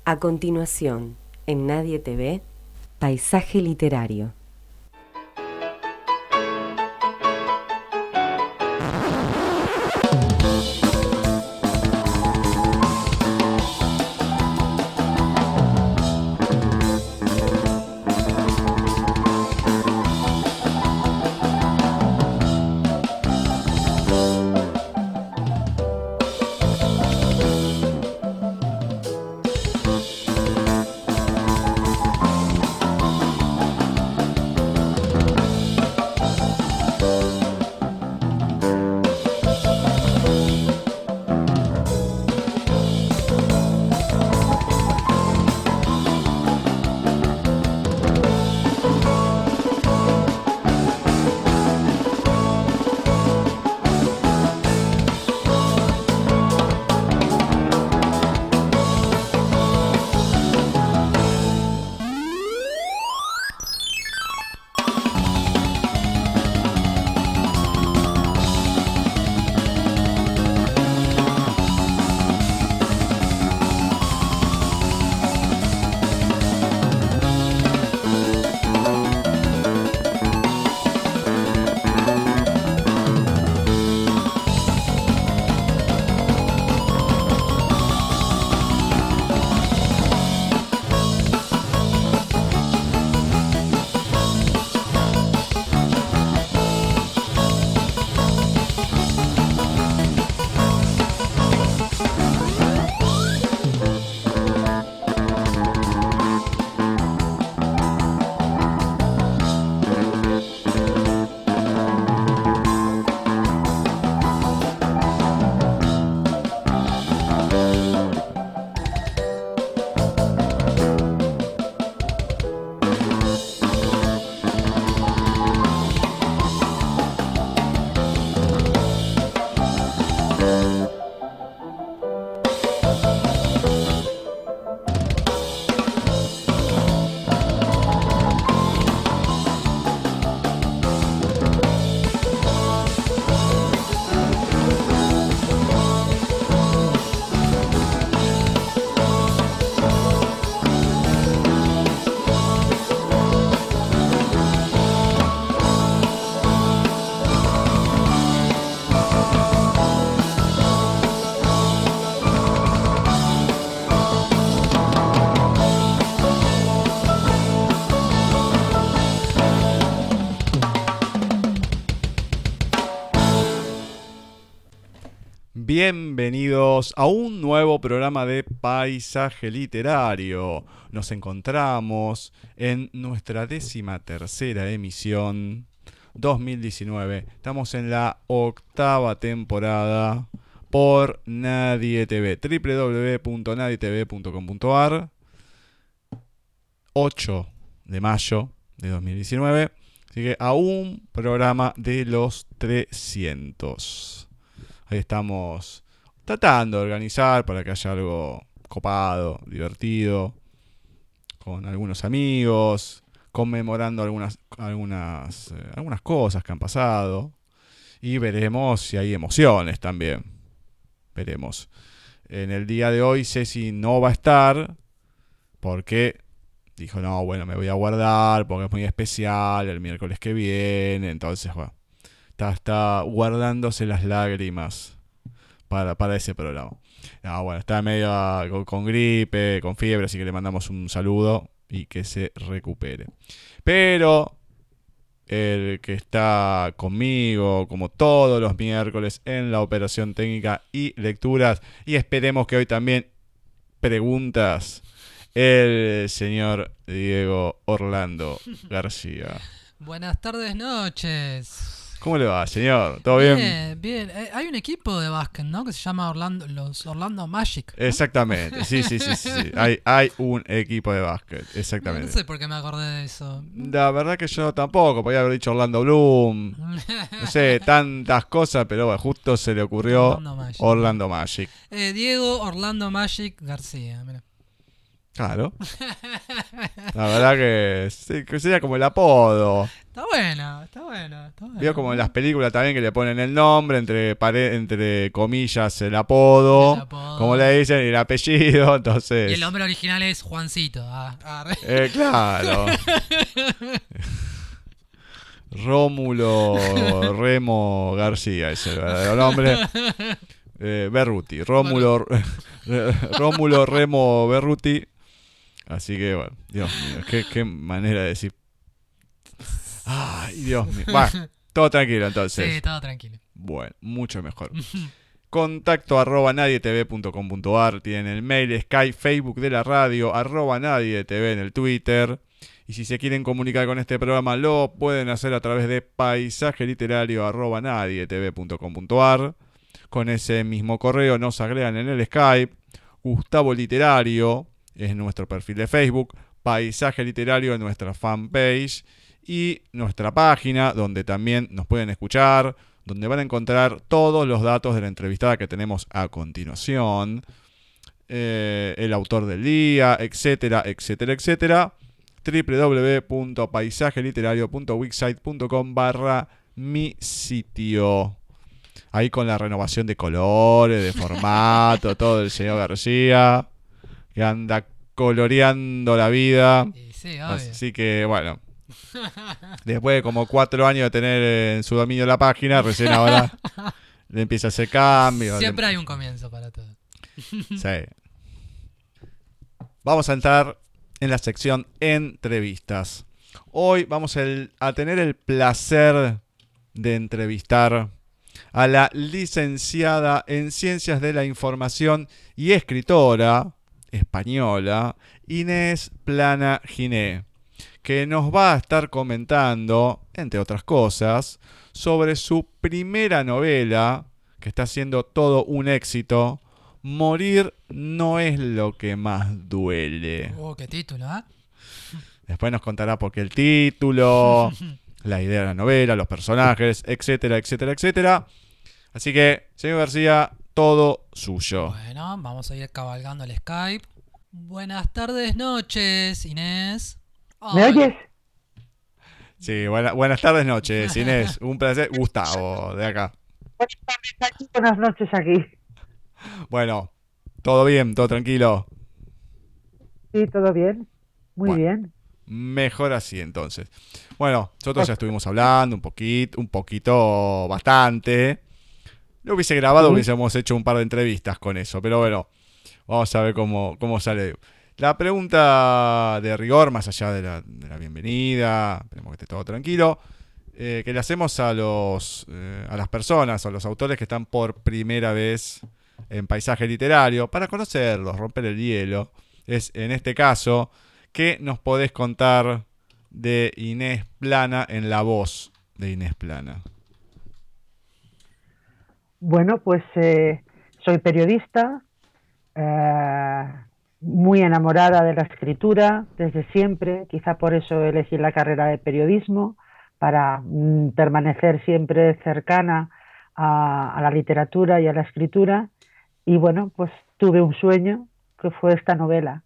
A continuación, en Nadie te ve, Paisaje literario. Bienvenidos a un nuevo programa de Paisaje Literario. Nos encontramos en nuestra 13ª emisión 2019. Estamos en la 8ª temporada por Nadie TV, www.nadietv.com.ar, 8 de mayo de 2019. Así que a un programa de los 300. Ahí estamos tratando de organizar para que haya algo copado, divertido, con algunos amigos, conmemorando algunas cosas que han pasado. Y veremos si hay emociones también. Veremos. En el día de hoy Ceci no va a estar porque dijo, no, bueno, me voy a guardar porque es muy especial el miércoles que viene. Entonces, bueno, está guardándose las lágrimas para ese programa. No, bueno, está medio con gripe, con fiebre, así que le mandamos un saludo y que se recupere. Pero el que está conmigo, como todos los miércoles, en la operación técnica y lecturas, y esperemos que hoy también preguntas, el señor Diego Orlando García. Buenas tardes, noches. ¿Cómo le va, señor? ¿Todo bien? Bien. Hay un equipo de básquet, ¿no? Que se llama los Orlando Magic, ¿no? Exactamente, sí. Hay un equipo de básquet, exactamente. No sé por qué me acordé de eso. La verdad que yo tampoco, podía haber dicho Orlando Bloom, no sé, tantas cosas, pero bueno, justo se le ocurrió Orlando Magic. Diego Orlando Magic García, mira. Claro. La verdad que, sí, que sería como el apodo. Está bueno, está bueno, está bueno. Veo como en las películas también que le ponen el nombre, entre comillas el apodo, El apodo. como le dicen, y el apellido, entonces... Y el nombre original es Juancito. Claro. Rómulo Remo García es el verdadero nombre. Berruti. Rómulo Remo Berruti. Así que, bueno, Dios mío, qué manera de decir. Ay, Dios mío. Va, todo tranquilo entonces. Sí, todo tranquilo. Bueno, mucho mejor. Contacto @nadietv.com.ar. Tienen el mail, Skype, Facebook de la radio, @nadietv en el Twitter. Y si se quieren comunicar con este programa, lo pueden hacer a través de paisajeliterario @nadietv.com.ar. Con ese mismo correo nos agregan en el Skype. Gustavo Literario es nuestro perfil de Facebook. Paisaje Literario en nuestra fanpage. Y nuestra página, donde también nos pueden escuchar, donde van a encontrar todos los datos de la entrevistada que tenemos a continuación, el autor del día, etcétera, etcétera, etcétera. www.paisajeliterario.wixsite.com/mi sitio. Ahí con la renovación de colores, de formato, todo el señor García, que anda coloreando la vida. Sí, obvio. Así que, bueno, después de como 4 años de tener en su dominio la página, recién ahora le empieza a hacer cambios. Siempre hay un comienzo para todo. Sí. Vamos a entrar en la sección entrevistas. Hoy vamos a tener el placer de entrevistar a la licenciada en Ciencias de la Información y escritora española Inés Plana Giné, que nos va a estar comentando, entre otras cosas, sobre su primera novela, que está siendo todo un éxito, Morir no es lo que más duele. Qué título, ¿eh? Después nos contará por qué el título, la idea de la novela, los personajes, etcétera, etcétera, etcétera. Así que, señor García, todo suyo. Bueno, vamos a ir cabalgando el Skype. Buenas tardes, noches, Inés. ¿Me oyes? Sí, buenas tardes, noches, Inés. Un placer. Gustavo, de acá. Buenas tardes aquí, buenas noches aquí. Bueno, todo bien, todo tranquilo. Sí, todo bien. Muy Bueno, bien. Mejor así, entonces. Bueno, nosotros ya estuvimos hablando un poquito, bastante. Lo hubiese grabado, hubiésemos hecho un par de entrevistas con eso, pero bueno, vamos a ver cómo sale. La pregunta de rigor, más allá de la bienvenida, esperemos que esté todo tranquilo, que le hacemos a las personas, a los autores que están por primera vez en Paisaje Literario, para conocerlos, romper el hielo, es en este caso, ¿qué nos podés contar de Inés Plana en la voz de Inés Plana? Bueno, pues soy periodista, muy enamorada de la escritura desde siempre, quizá por eso elegí la carrera de periodismo, para permanecer siempre cercana a la literatura y a la escritura. Y bueno, pues tuve un sueño que fue esta novela.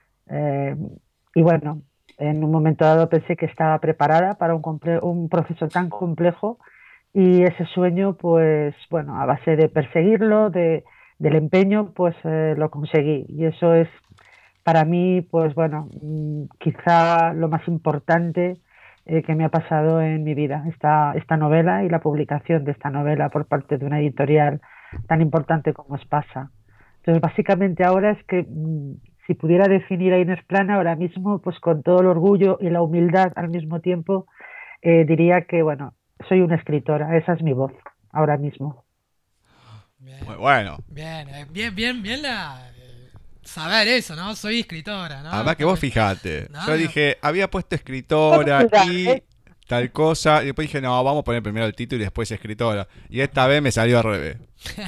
Y bueno, en un momento dado pensé que estaba preparada para un proceso tan complejo, y ese sueño, pues bueno, a base de perseguirlo, del empeño, pues lo conseguí. Y eso es para mí, pues bueno, quizá lo más importante que me ha pasado en mi vida, esta novela y la publicación de esta novela por parte de una editorial tan importante como Espasa. Entonces, básicamente ahora es que si pudiera definir a Inés Plana ahora mismo, pues con todo el orgullo y la humildad al mismo tiempo, diría que, bueno, soy una escritora, esa es mi voz ahora mismo. Bien. Muy bueno. Bien saber eso, ¿no? Soy escritora, ¿no? Además que vos fijate, No, yo no. dije, había puesto escritora y ¿eh? tal cosa, y después dije, no, vamos a poner primero el título y después escritora. Y esta vez me salió al revés.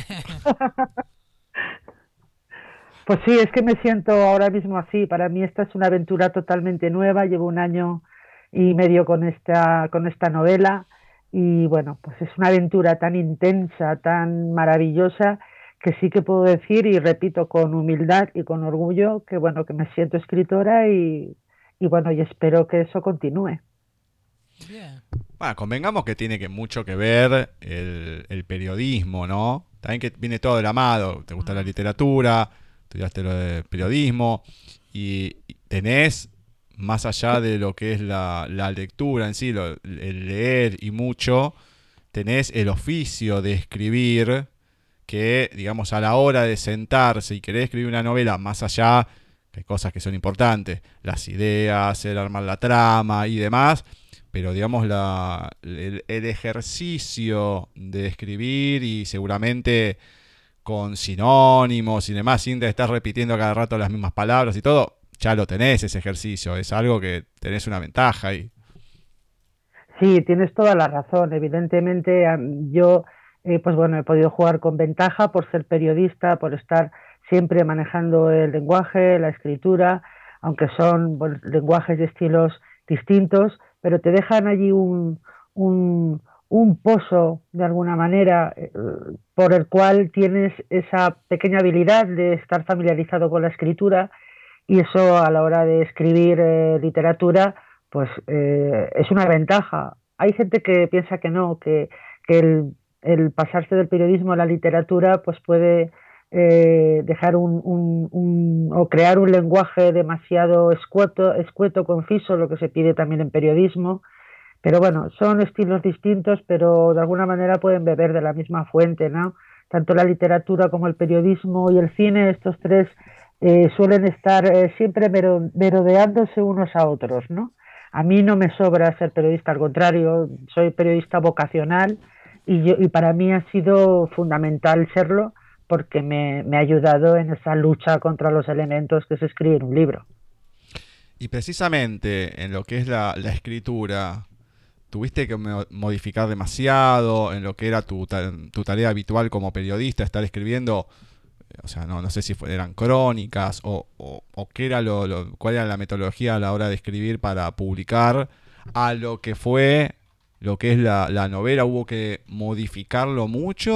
Pues sí, es que me siento ahora mismo así. Para mí esta es una aventura totalmente nueva. Llevo 1 año y medio con esta novela, y bueno, pues es una aventura tan intensa, tan maravillosa, que sí que puedo decir y repito con humildad y con orgullo que bueno, que me siento escritora y bueno, y espero que eso continúe. Bien. Bueno, convengamos que tiene mucho que ver el periodismo, ¿no? También que viene todo de la mano. Te gusta la literatura, estudiaste lo de periodismo y tenés, más allá de lo que es la lectura en sí, el leer y mucho, tenés el oficio de escribir que, digamos, a la hora de sentarse y querer escribir una novela, más allá, que hay cosas que son importantes, las ideas, el armar la trama y demás, pero digamos el ejercicio de escribir y seguramente con sinónimos y demás, sin de estar repitiendo cada rato las mismas palabras y todo, ya lo tenés ese ejercicio, es algo que tenés una ventaja ahí. Sí, tienes toda la razón. Evidentemente, yo, pues bueno, he podido jugar con ventaja por ser periodista, por estar siempre manejando el lenguaje, la escritura, aunque son bueno, lenguajes y estilos distintos, pero te dejan allí un pozo, de alguna manera, por el cual tienes esa pequeña habilidad de estar familiarizado con la escritura y eso a la hora de escribir literatura pues es una ventaja. Hay gente que piensa que no, que el pasarse del periodismo a la literatura pues puede dejar o crear un lenguaje demasiado escueto, conciso, lo que se pide también en periodismo. Pero bueno, son estilos distintos, pero de alguna manera pueden beber de la misma fuente, ¿no? Tanto la literatura como el periodismo y el cine, estos tres suelen estar siempre merodeándose unos a otros, ¿no? A mí no me sobra ser periodista, al contrario, soy periodista vocacional y para mí ha sido fundamental serlo porque me ha ayudado en esa lucha contra los elementos que se escribe en un libro. Y precisamente en lo que es la escritura, ¿tuviste que modificar demasiado en lo que era tu tarea habitual como periodista, estar escribiendo? O sea, no sé si eran crónicas o qué era cuál era la metodología a la hora de escribir para publicar a lo que fue lo que es la novela. ¿Hubo que modificarlo mucho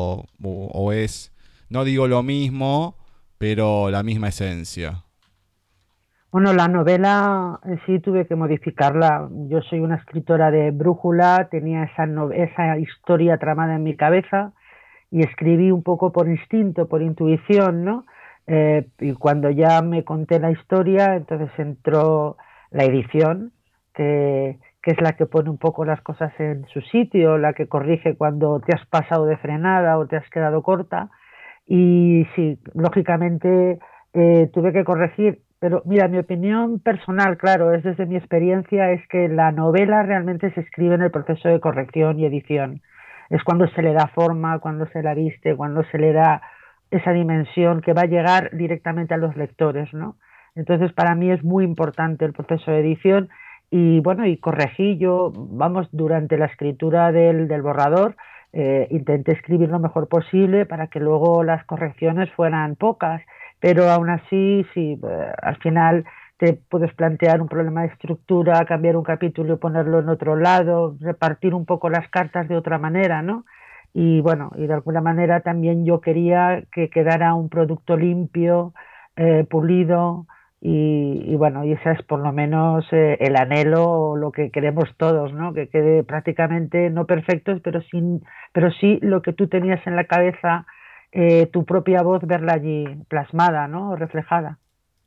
o es, no digo lo mismo, pero la misma esencia? Bueno, la novela en sí tuve que modificarla. Yo soy una escritora de brújula, tenía esa historia tramada en mi cabeza y escribí un poco por instinto, por intuición, ¿no? Y cuando ya me conté la historia, entonces entró la edición, que es la que pone un poco las cosas en su sitio, la que corrige cuando te has pasado de frenada o te has quedado corta. Y sí, lógicamente tuve que corregir, pero mira, mi opinión personal, claro, es desde mi experiencia, es que la novela realmente se escribe en el proceso de corrección y edición. Es cuando se le da forma, cuando se la viste, cuando se le da esa dimensión que va a llegar directamente a los lectores, ¿no? Entonces, para mí es muy importante el proceso de edición y bueno, y corregí yo, vamos, durante la escritura del borrador, intenté escribir lo mejor posible para que luego las correcciones fueran pocas, pero aún así, sí, al final te puedes plantear un problema de estructura, cambiar un capítulo y ponerlo en otro lado, repartir un poco las cartas de otra manera, ¿no? Y bueno, y de alguna manera también yo quería que quedara un producto limpio, pulido, y bueno, y ese es por lo menos el anhelo o lo que queremos todos, ¿no? Que quede prácticamente no perfectos, pero sí lo que tú tenías en la cabeza, tu propia voz, verla allí plasmada, ¿no? O reflejada.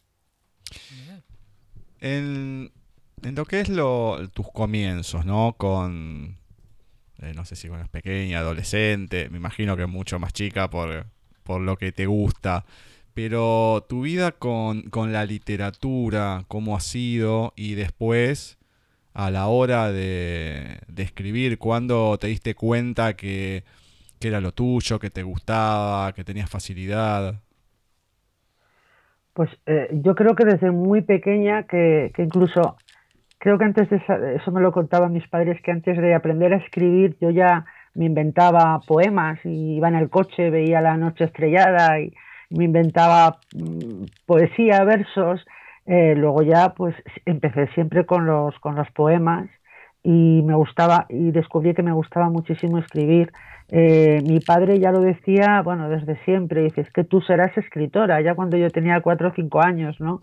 En lo que es tus comienzos, ¿no? No sé si cuando es pequeña, adolescente, me imagino que mucho más chica por lo que te gusta. Pero tu vida con la literatura, cómo ha sido, y después, a la hora de escribir, ¿cuándo te diste cuenta que era lo tuyo, que te gustaba, que tenías facilidad? Pues yo creo que desde muy pequeña, que incluso creo que antes de eso me lo contaban mis padres, que antes de aprender a escribir yo ya me inventaba poemas y iba en el coche, veía la noche estrellada y me inventaba poesía, versos. Luego ya pues empecé siempre con los poemas y me gustaba, y descubrí que me gustaba muchísimo escribir. Mi padre ya lo decía, bueno, desde siempre, dice, es que tú serás escritora, ya cuando yo tenía 4 o 5 años, ¿no?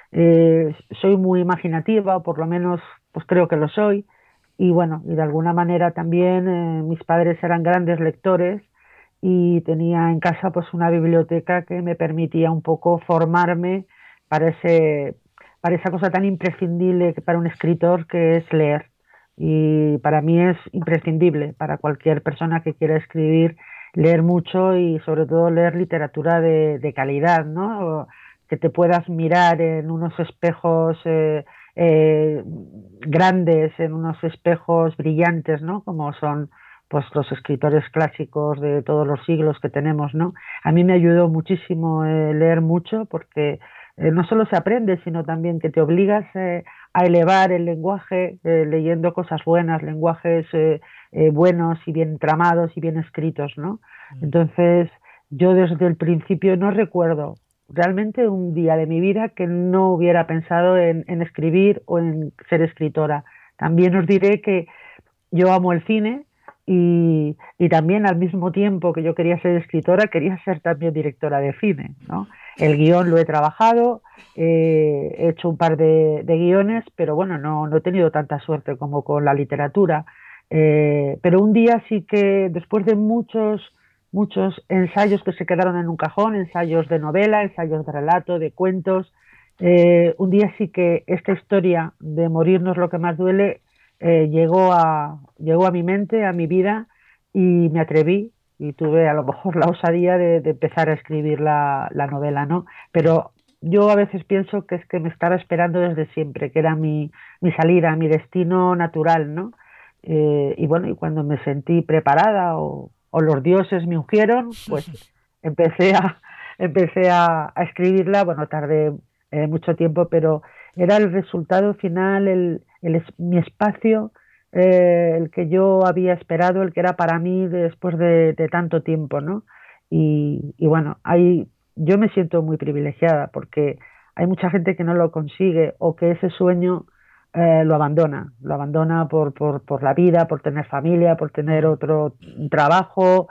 Soy muy imaginativa, o por lo menos pues creo que lo soy, y bueno, y de alguna manera también mis padres eran grandes lectores y tenía en casa pues una biblioteca que me permitía un poco formarme para para esa cosa tan imprescindible para un escritor que es leer. Y para mí es imprescindible para cualquier persona que quiera escribir, leer mucho y sobre todo leer literatura de calidad, ¿no? Que te puedas mirar en unos espejos eh, grandes, en unos espejos brillantes, ¿no? Como son pues los escritores clásicos de todos los siglos que tenemos, ¿no? A mí me ayudó muchísimo leer mucho porque no solo se aprende, sino también que te obligas a elevar el lenguaje leyendo cosas buenas, lenguajes buenos y bien tramados y bien escritos, ¿no? Mm. Entonces, yo desde el principio no recuerdo realmente un día de mi vida que no hubiera pensado en escribir o en ser escritora. También os diré que yo amo el cine y también al mismo tiempo que yo quería ser escritora, quería ser también directora de cine, ¿no? El guión lo he trabajado, he hecho un par de guiones, pero bueno, no he tenido tanta suerte como con la literatura. Pero un día sí que, después de muchos ensayos que se quedaron en un cajón, ensayos de novela, ensayos de relato, de cuentos, un día sí que esta historia de morirnos lo que más duele llegó a mi mente, a mi vida, y me atreví y tuve a lo mejor la osadía de empezar a escribir la novela, ¿no? Pero yo a veces pienso que es que me estaba esperando desde siempre, que era mi salida, mi destino natural, ¿no? Y bueno, y cuando me sentí preparada o los dioses me ungieron, pues empecé a, empecé a escribirla. Bueno, tardé mucho tiempo, pero era el resultado final, mi espacio, el que yo había esperado, el que era para mí después de tanto tiempo, ¿no? Y bueno, yo me siento muy privilegiada porque hay mucha gente que no lo consigue o que ese sueño lo abandona por la vida, por tener familia, por tener Mm. otro trabajo,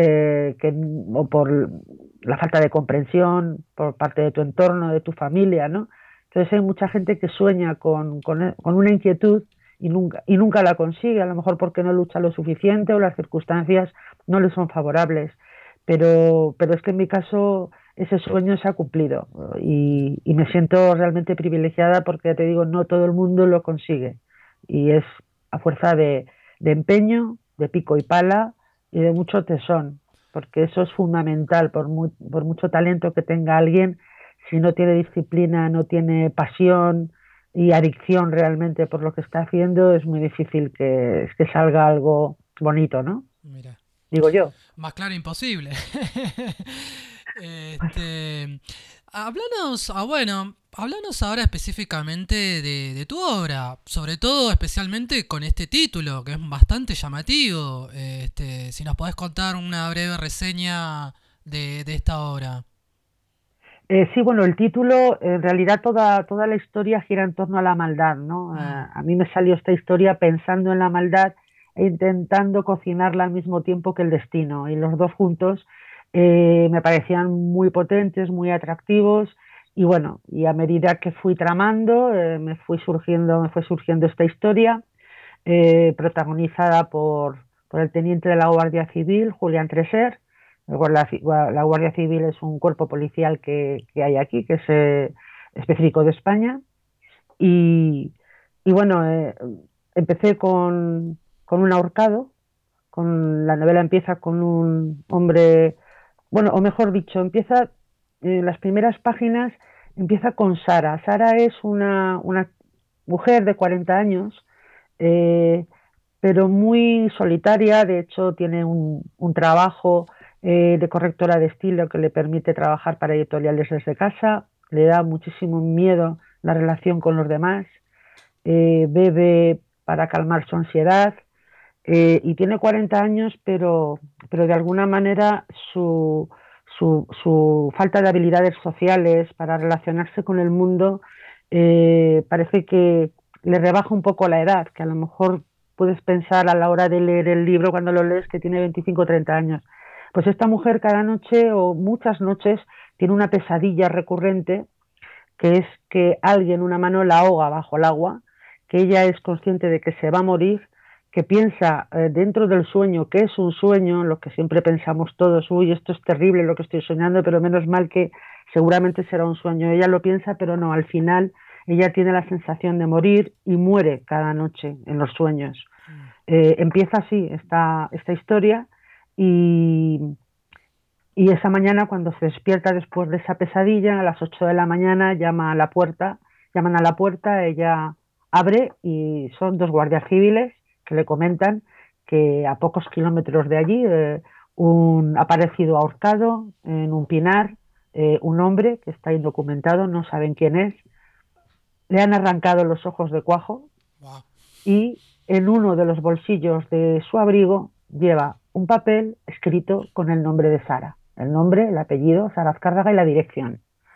o por la falta de comprensión por parte de tu entorno, de tu familia, ¿no? Entonces hay mucha gente que sueña con una inquietud y nunca la consigue, a lo mejor porque no lucha lo suficiente o las circunstancias no le son favorables. Pero es que en mi caso ese sueño se ha cumplido y me siento realmente privilegiada porque, ya te digo, no todo el mundo lo consigue. Y es a fuerza de empeño, de pico y pala y de mucho tesón, porque eso es fundamental, por mucho talento que tenga alguien, si no tiene disciplina, no tiene pasión y adicción realmente por lo que está haciendo, es muy difícil que salga algo bonito, ¿no? Mira, Digo yo. más claro imposible. Este, háblanos ahora específicamente de tu obra, sobre todo especialmente con este título que es bastante llamativo. Si nos podés contar una breve reseña de esta obra. Sí, bueno, el título, en realidad toda la historia gira en torno a la maldad, ¿no? Mm. A mí me salió esta historia pensando en la maldad e intentando cocinarla al mismo tiempo que el destino. Y los dos juntos me parecían muy potentes, muy atractivos. Y bueno, y a medida que fui tramando, me fue surgiendo esta historia, protagonizada por el teniente de la Guardia Civil, Julián Treser. La Guardia Civil es un cuerpo policial que hay aquí, que es específico de España. Y, y bueno, empecé con un ahorcado. La novela empieza con un hombre, bueno, o mejor dicho, empieza en las primeras páginas, empieza con Sara. Sara es una mujer de 40 años, eh, pero muy solitaria. De hecho, tiene un trabajo de correctora de estilo que le permite trabajar para editoriales desde casa. Le da muchísimo miedo la relación con los demás. Bebe para calmar su ansiedad. Y tiene 40 años, pero de alguna manera su falta de habilidades sociales para relacionarse con el mundo parece que le rebaja un poco la edad, que a lo mejor puedes pensar a la hora de leer el libro cuando lo lees que tiene 25 o 30 años. Pues esta mujer cada noche o muchas noches tiene una pesadilla recurrente, que es que alguien, una mano, la ahoga bajo el agua, que ella es consciente de que se va a morir, que piensa dentro del sueño que es un sueño, lo que siempre pensamos todos, uy, esto es terrible lo que estoy soñando, pero menos mal que seguramente será un sueño. Ella lo piensa, pero no, al final ella tiene la sensación de morir y muere cada noche en los sueños. Empieza así esta historia y esa mañana, cuando se despierta después de esa pesadilla, a las 8 de la mañana llaman a la puerta, ella abre y son dos guardias civiles que le comentan que a pocos kilómetros de allí ha aparecido ahorcado en un pinar un hombre que está indocumentado, no saben quién es, le han arrancado los ojos de cuajo y en uno de los bolsillos de su abrigo lleva un papel escrito con el nombre de Sara. El nombre, el apellido, Sara Azcárraga, y la dirección.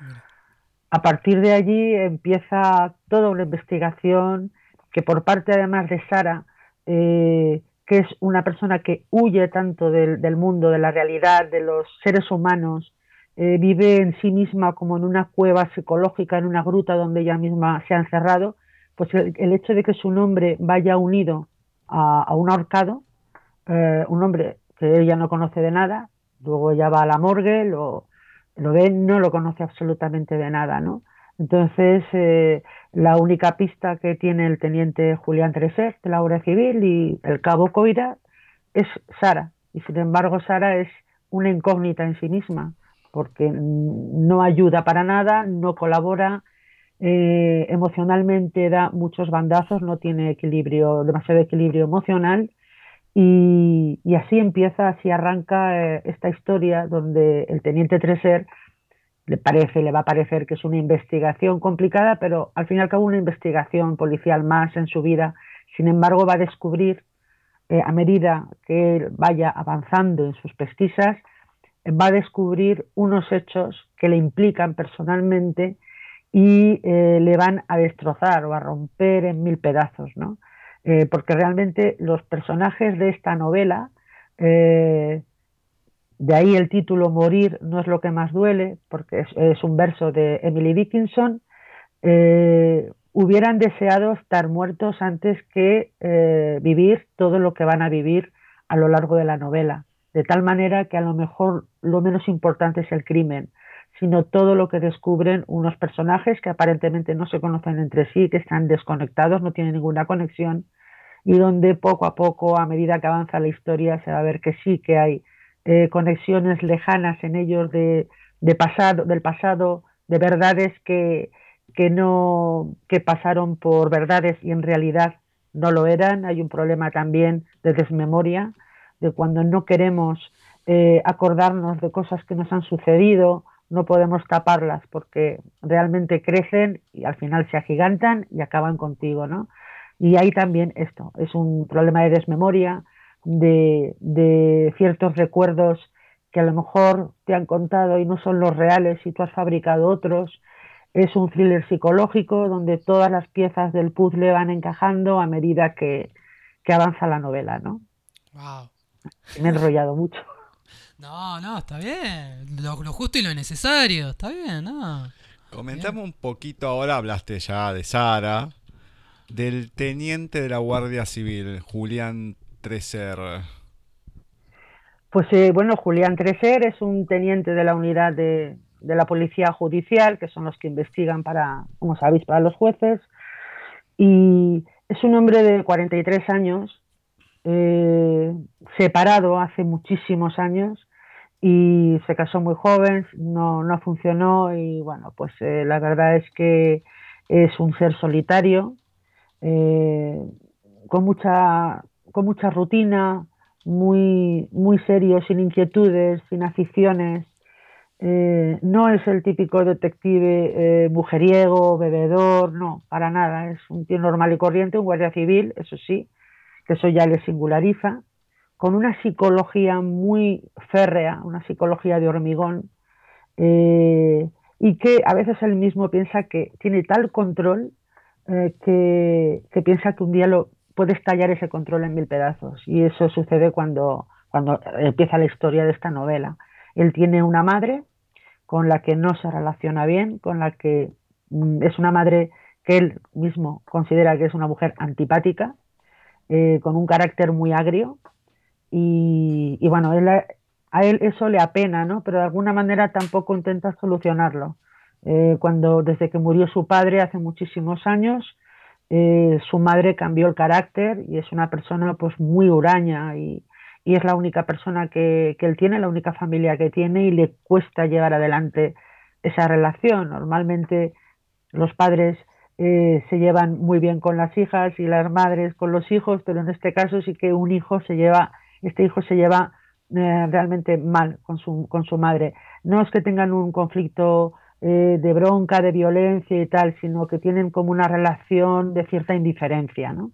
A partir de allí empieza toda una investigación que por parte además de Sara, que es una persona que huye tanto del mundo, de la realidad, de los seres humanos, vive en sí misma como en una cueva psicológica, en una gruta donde ella misma se ha encerrado, pues el hecho de que su nombre vaya unido a un ahorcado, un hombre que ella no conoce de nada, luego ella va a la morgue, lo ve, no lo conoce absolutamente de nada, ¿no? Entonces, la única pista que tiene el teniente Julián Treser de la Guardia Civil y el cabo Coira es Sara, y sin embargo Sara es una incógnita en sí misma, porque no ayuda para nada, no colabora, emocionalmente da muchos bandazos, no tiene demasiado equilibrio emocional. Y así empieza, así arranca esta historia donde el teniente Treser le va a parecer que es una investigación complicada, pero al fin y al cabo una investigación policial más en su vida. Sin embargo, va a descubrir, a medida que él vaya avanzando en sus pesquisas, va a descubrir unos hechos que le implican personalmente y le van a destrozar o a romper en mil pedazos, ¿no? Porque realmente los personajes de esta novela, de ahí el título Morir no es lo que más duele, porque es un verso de Emily Dickinson, hubieran deseado estar muertos antes que vivir todo lo que van a vivir a lo largo de la novela, de tal manera que a lo mejor lo menos importante es el crimen, sino todo lo que descubren unos personajes que aparentemente no se conocen entre sí, que están desconectados, no tienen ninguna conexión, y donde poco a poco, a medida que avanza la historia, se va a ver que sí que hay conexiones lejanas en ellos del pasado, de verdades que pasaron por verdades y en realidad no lo eran. Hay un problema también de desmemoria, de cuando no queremos acordarnos de cosas que nos han sucedido, no podemos taparlas porque realmente crecen y al final se agigantan y acaban contigo, ¿no? Y ahí también esto, es un problema de desmemoria, de ciertos recuerdos que a lo mejor te han contado y no son los reales y tú has fabricado otros. Es un thriller psicológico donde todas las piezas del puzzle van encajando a medida que avanza la novela, ¿no? Wow. Me he enrollado mucho. No, está bien. Lo justo y lo necesario, está bien, ¿no? Comentame un poquito ahora, hablaste ya de Sara, del teniente de la Guardia Civil, Julián Treser. Pues bueno, Julián Treser es un teniente de la unidad de la Policía Judicial, que son los que investigan como sabéis, para los jueces, y es un hombre de 43 años, separado hace muchísimos años, y se casó muy joven, no funcionó, y bueno, pues la verdad es que es un ser solitario, eh, con mucha rutina, muy serio, sin inquietudes, sin aficiones. No es el típico detective mujeriego, bebedor, no, para nada. Es un tío normal y corriente, un guardia civil, eso sí, que eso ya le singulariza, con una psicología muy férrea, una psicología de hormigón, y que a veces él mismo piensa que tiene tal control que piensa que un día puede estallar ese control en mil pedazos. Y eso sucede cuando empieza la historia de esta novela. Él tiene una madre con la que no se relaciona bien, con la que es una madre que él mismo considera que es una mujer antipática, con un carácter muy agrio, y bueno, a él eso le apena, ¿no? Pero de alguna manera tampoco intenta solucionarlo. Desde que murió su padre hace muchísimos años, su madre cambió el carácter y es una persona pues muy huraña, y es la única persona que él tiene, la única familia que tiene, y le cuesta llevar adelante esa relación. Normalmente los padres se llevan muy bien con las hijas y las madres con los hijos, pero en este caso sí que este hijo se lleva realmente mal con su madre. No es que tengan un conflicto de bronca, de violencia y tal, sino que tienen como una relación de cierta indiferencia, ¿no?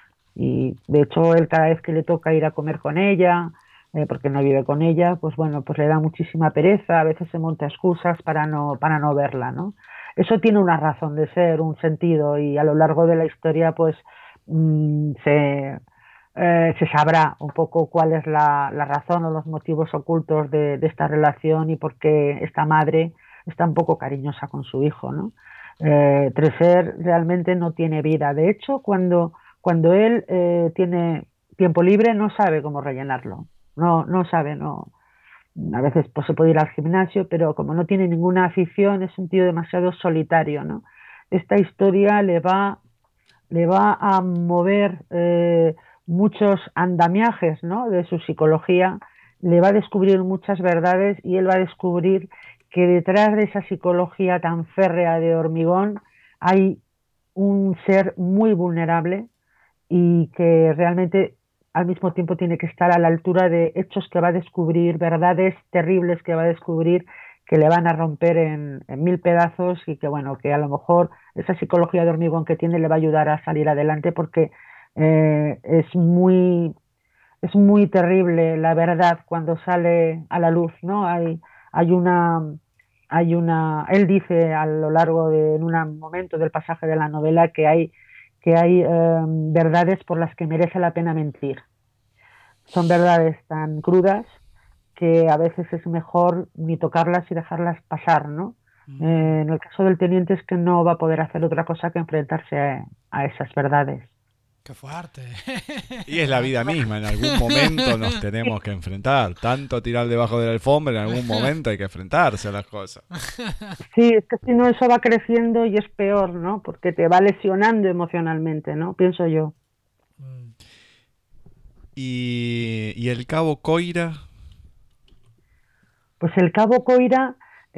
Y de hecho él, cada vez que le toca ir a comer con ella, porque no vive con ella, pues bueno, pues le da muchísima pereza, a veces se monta excusas para no verla, ¿no? Eso tiene una razón de ser, un sentido, y a lo largo de la historia pues mm, se, se sabrá un poco cuál es la razón o los motivos ocultos de esta relación, y por qué esta madre está un poco cariñosa con su hijo, ¿no? Treser realmente no tiene vida. De hecho, cuando él tiene tiempo libre, no sabe cómo rellenarlo. No sabe, no. A veces pues, se puede ir al gimnasio, pero como no tiene ninguna afición, es un tío demasiado solitario, ¿no? Esta historia le va a mover muchos andamiajes, ¿no? De su psicología, le va a descubrir muchas verdades, y él va a descubrir que detrás de esa psicología tan férrea de hormigón hay un ser muy vulnerable, y que realmente al mismo tiempo tiene que estar a la altura de hechos que va a descubrir, verdades terribles que va a descubrir, que le van a romper en mil pedazos, y que bueno, que a lo mejor esa psicología de hormigón que tiene le va a ayudar a salir adelante, porque eh, es muy es muy terrible la verdad cuando sale a la luz, ¿no? Hay una, él dice a lo largo en un momento del pasaje de la novela que hay verdades por las que merece la pena mentir. Son verdades tan crudas que a veces es mejor ni tocarlas y dejarlas pasar, ¿no? En el caso del teniente es que no va a poder hacer otra cosa que enfrentarse a esas verdades. Qué fuerte. Y es la vida misma, en algún momento nos tenemos que enfrentar. Tanto tirar debajo de la alfombra, en algún momento hay que enfrentarse a las cosas. Sí, es que si no eso va creciendo y es peor, ¿no? Porque te va lesionando emocionalmente, ¿no? Pienso yo. ¿Y el cabo Coira? Pues el cabo Coira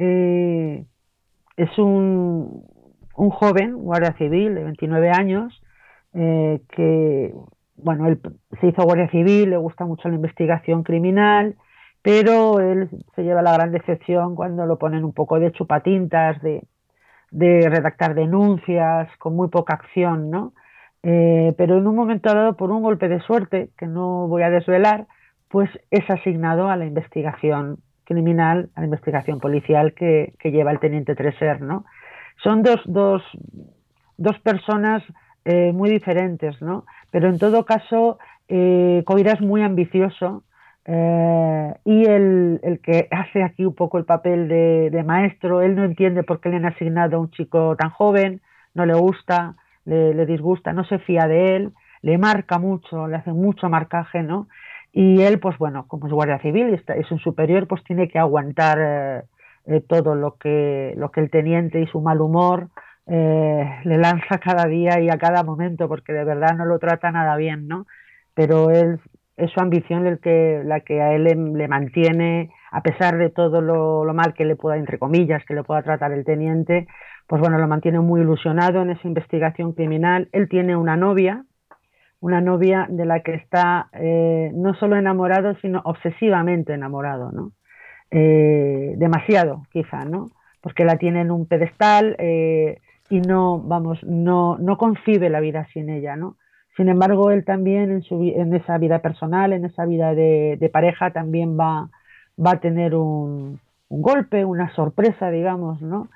es un joven guardia civil de 29 años, que, bueno, él se hizo guardia civil, le gusta mucho la investigación criminal, pero él se lleva la gran decepción cuando lo ponen un poco de chupatintas, de redactar denuncias, con muy poca acción, ¿no? Pero en un momento dado, por un golpe de suerte, que no voy a desvelar, pues es asignado a la investigación criminal, a la investigación policial que lleva el teniente Treser, ¿no? Son dos personas muy diferentes, ¿no? Pero en todo caso, Coira es muy ambicioso, y el que hace aquí un poco el papel de maestro, él no entiende por qué le han asignado a un chico tan joven, no le gusta, le disgusta, no se fía de él, le marca mucho, le hace mucho marcaje, ¿no? Y él, pues bueno, como es guardia civil y es un superior, pues tiene que aguantar todo lo que el teniente y su mal humor le lanza cada día y a cada momento, porque de verdad no lo trata nada bien, ¿no? Pero él, es su ambición la que a él le mantiene, a pesar de todo lo mal que le pueda, entre comillas, que le pueda tratar el teniente, pues bueno, lo mantiene muy ilusionado en esa investigación criminal. Él tiene una novia de la que está no solo enamorado, sino obsesivamente enamorado, ¿no? Demasiado, quizá, ¿no? Porque la tiene en un pedestal y no concibe la vida sin ella, ¿no? Sin embargo, él también en esa vida personal, en esa vida de pareja, también va a tener un golpe, una sorpresa, digamos, ¿no?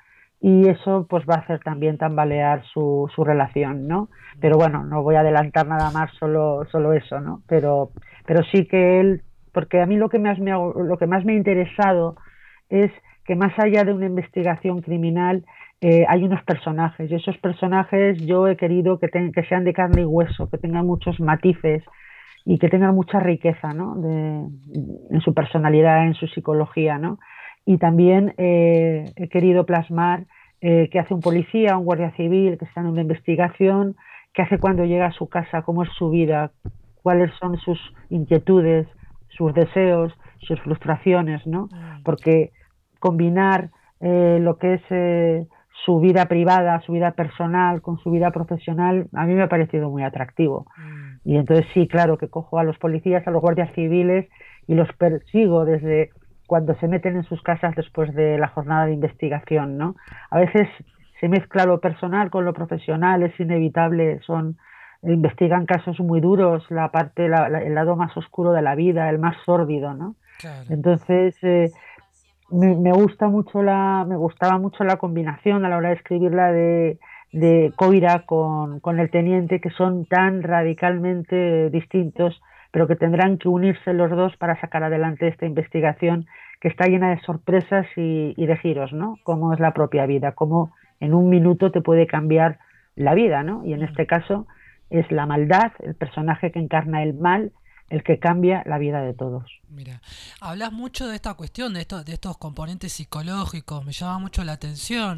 y eso pues va a hacer también tambalear su relación, ¿no? Pero bueno, no voy a adelantar nada más, solo eso, ¿no? Pero sí que él, porque a mí lo que más me ha interesado es que más allá de una investigación criminal hay unos personajes, y esos personajes yo he querido que sean de carne y hueso, que tengan muchos matices y que tengan mucha riqueza, ¿no? En su personalidad, en su psicología, ¿no? Y también he querido plasmar qué hace un policía, un guardia civil que está en una investigación, qué hace cuando llega a su casa, cómo es su vida, cuáles son sus inquietudes, sus deseos, sus frustraciones, ¿no? Mm, Porque combinar lo que es su vida privada, su vida personal con su vida profesional, a mí me ha parecido muy atractivo. mm, Y entonces sí, claro, que cojo a los policías, a los guardias civiles y los persigo desde cuando se meten en sus casas después de la jornada de investigación, ¿no? A veces se mezcla lo personal con lo profesional, es inevitable, investigan casos muy duros, el lado más oscuro de la vida, el más sórdido, ¿no? claro. Entonces, me gustaba mucho la combinación a la hora de escribirla de Coira con el teniente, que son tan radicalmente distintos, pero que tendrán que unirse los dos para sacar adelante esta investigación que está llena de sorpresas y de giros, ¿no? Como es la propia vida, como en un minuto te puede cambiar la vida, ¿no? Y en Mm. este caso es la maldad, el personaje que encarna el mal, el que cambia la vida de todos. Mira, hablas mucho de esta cuestión, de estos componentes psicológicos, me llama mucho la atención.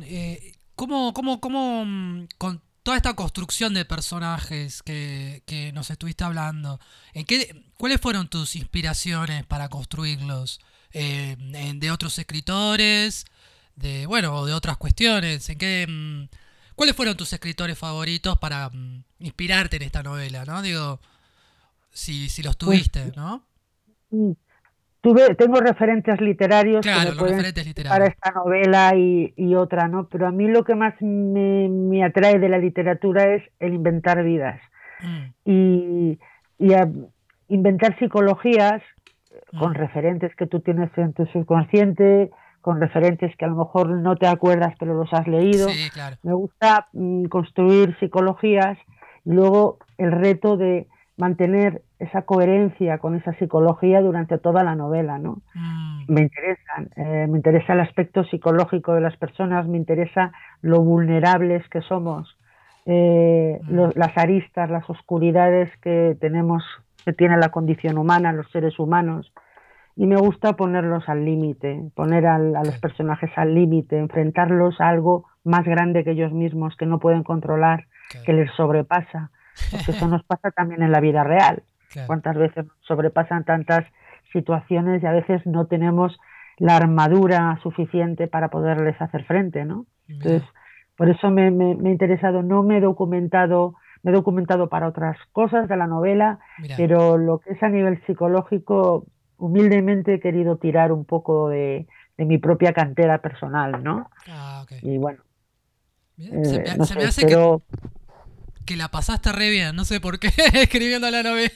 Con toda esta construcción de personajes que nos estuviste hablando, ¿cuáles fueron tus inspiraciones para construirlos? ¿De otros escritores? O de otras cuestiones. ¿Cuáles fueron tus escritores favoritos para inspirarte en esta novela, ¿no? Digo, si los Pues tuviste, ¿no? mm, tengo referentes literarios que Claro, me los pueden referentes servir para literarios. esta novela y otra, ¿no? Pero a mí lo que más me atrae de la literatura es el inventar vidas Mm, y, y a- inventar psicologías con mm. referentes que tú tienes en tu subconsciente, con referentes que a lo mejor no te acuerdas pero los has leído. Sí, claro. Me gusta construir psicologías y luego el reto de mantener esa coherencia con esa psicología durante toda la novela, ¿no? Mm, Me interesa el aspecto psicológico de las personas, me interesa lo vulnerables que somos, mm, las aristas, las oscuridades que tenemos, que tiene la condición humana, los seres humanos, y me gusta ponerlos al límite, a los claro, personajes al límite, enfrentarlos a algo más grande que ellos mismos, que no pueden controlar, claro, que les sobrepasa, porque eso nos pasa también en la vida real. claro. ¿Cuántas veces nos sobrepasan tantas situaciones y a veces no tenemos la armadura suficiente para poderles hacer frente, ¿no? Entonces, Mira, por eso me he interesado, no me he documentado para otras cosas de la novela, mira. pero lo que es a nivel psicológico, humildemente he querido tirar un poco de mi propia cantera personal, ¿no? Ah, ok. Y bueno, Bien. Se me, no se me sé, hace que la pasaste re bien, no sé por qué, escribiendo la novela.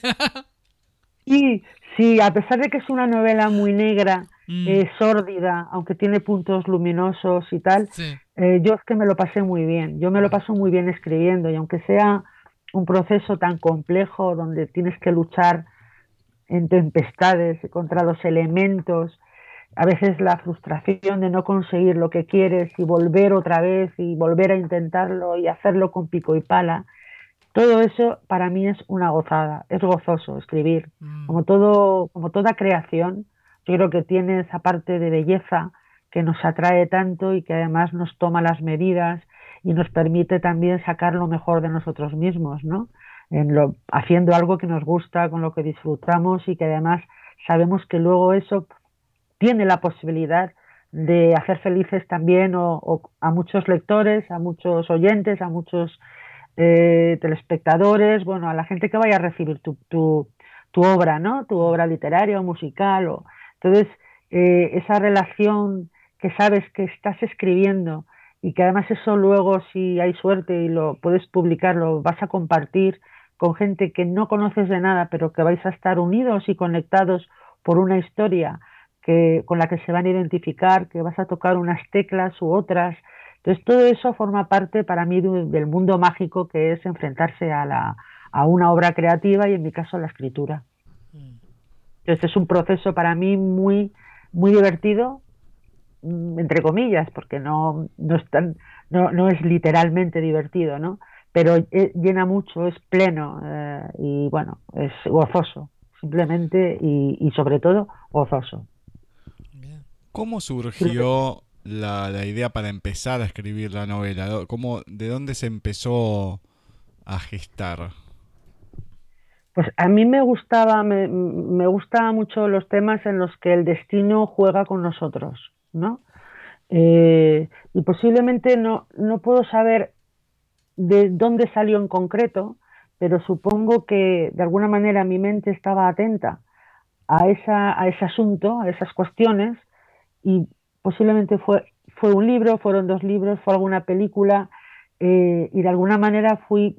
sí, sí, a pesar de que es una novela muy negra, Mm, sórdida, aunque tiene puntos luminosos y tal, sí, yo es que me lo pasé muy bien. Yo me lo mira. paso muy bien escribiendo y aunque sea un proceso tan complejo donde tienes que luchar en tempestades contra los elementos, a veces la frustración de no conseguir lo que quieres y volver otra vez y volver a intentarlo y hacerlo con pico y pala, todo eso para mí es una gozada, es gozoso escribir. Mm, Como toda creación, yo creo que tiene esa parte de belleza que nos atrae tanto y que además nos toma las medidas y nos permite también sacar lo mejor de nosotros mismos, ¿no? Haciendo algo que nos gusta, con lo que disfrutamos y que además sabemos que luego eso tiene la posibilidad de hacer felices también o a muchos lectores, a muchos oyentes, a muchos telespectadores, bueno, a la gente que vaya a recibir tu obra, ¿no? Tu mm, obra literaria o musical. Entonces, esa relación que sabes que estás escribiendo y que además eso luego, si hay suerte y lo puedes publicar, lo vas a compartir con gente que no conoces de nada, pero que vais a estar unidos y conectados por una historia con la que se van a identificar, que vas a tocar unas teclas u otras, Entonces todo eso forma parte para mí del mundo mágico que es enfrentarse a una obra creativa y en mi caso a la escritura. Mm. Entonces es un proceso para mí muy, muy divertido, entre comillas, porque no es literalmente divertido, ¿no? Pero llena mucho, es pleno y bueno, es gozoso, simplemente y sobre todo gozoso. Bien. ¿Cómo surgió la idea para empezar a escribir la novela? ¿De dónde se empezó a gestar? Pues a mí me gustaba mucho los temas en los que el destino juega con nosotros, ¿no? Y posiblemente no puedo saber de dónde salió en concreto, pero supongo que de alguna manera mi mente estaba atenta a ese asunto, a esas cuestiones, y posiblemente fue un libro, fueron dos libros, fue alguna película, y de alguna manera fui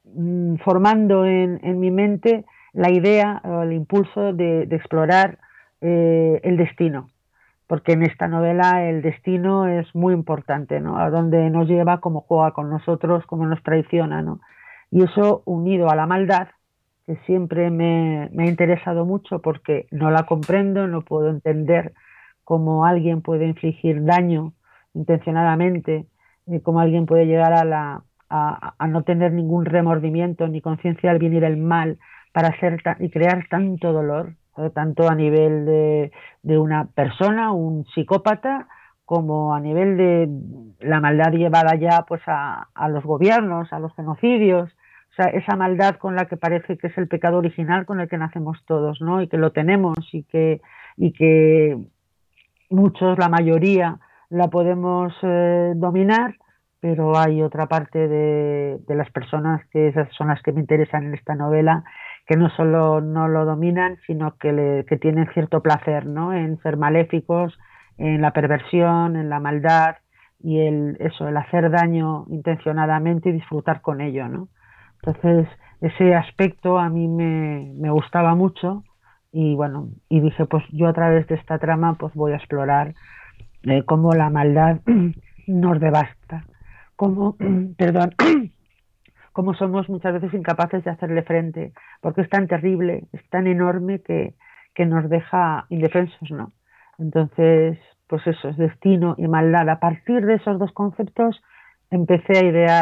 formando en mi mente la idea o el impulso de explorar el destino, porque en esta novela el destino es muy importante, ¿no? A dónde nos lleva, cómo juega con nosotros, cómo nos traiciona, ¿no? Y eso unido a la maldad, que siempre me ha interesado mucho porque no la comprendo, no puedo entender cómo alguien puede infligir daño intencionadamente, cómo alguien puede llegar a no tener ningún remordimiento ni conciencia del bien y del mal para y crear tanto dolor, tanto a nivel de una persona, un psicópata, como a nivel de la maldad llevada ya pues a los gobiernos, a los genocidios, o sea, esa maldad con la que parece que es el pecado original con el que nacemos todos, ¿no? Y que lo tenemos y que muchos, la mayoría, la podemos dominar, pero hay otra parte de las personas que esas son las que me interesan en esta novela, que no solo no lo dominan, sino que tienen cierto placer, ¿no? En ser maléficos, en la perversión, en la maldad y el hacer daño intencionadamente y disfrutar con ello, ¿no? Entonces, ese aspecto a mí me gustaba mucho y bueno, y dije, pues yo a través de esta trama pues voy a explorar cómo la maldad nos devasta, cómo, perdón, cómo somos muchas veces incapaces de hacerle frente, porque es tan terrible, es tan enorme que nos deja indefensos, ¿no? Entonces, pues eso, es destino y maldad. A partir de esos dos conceptos empecé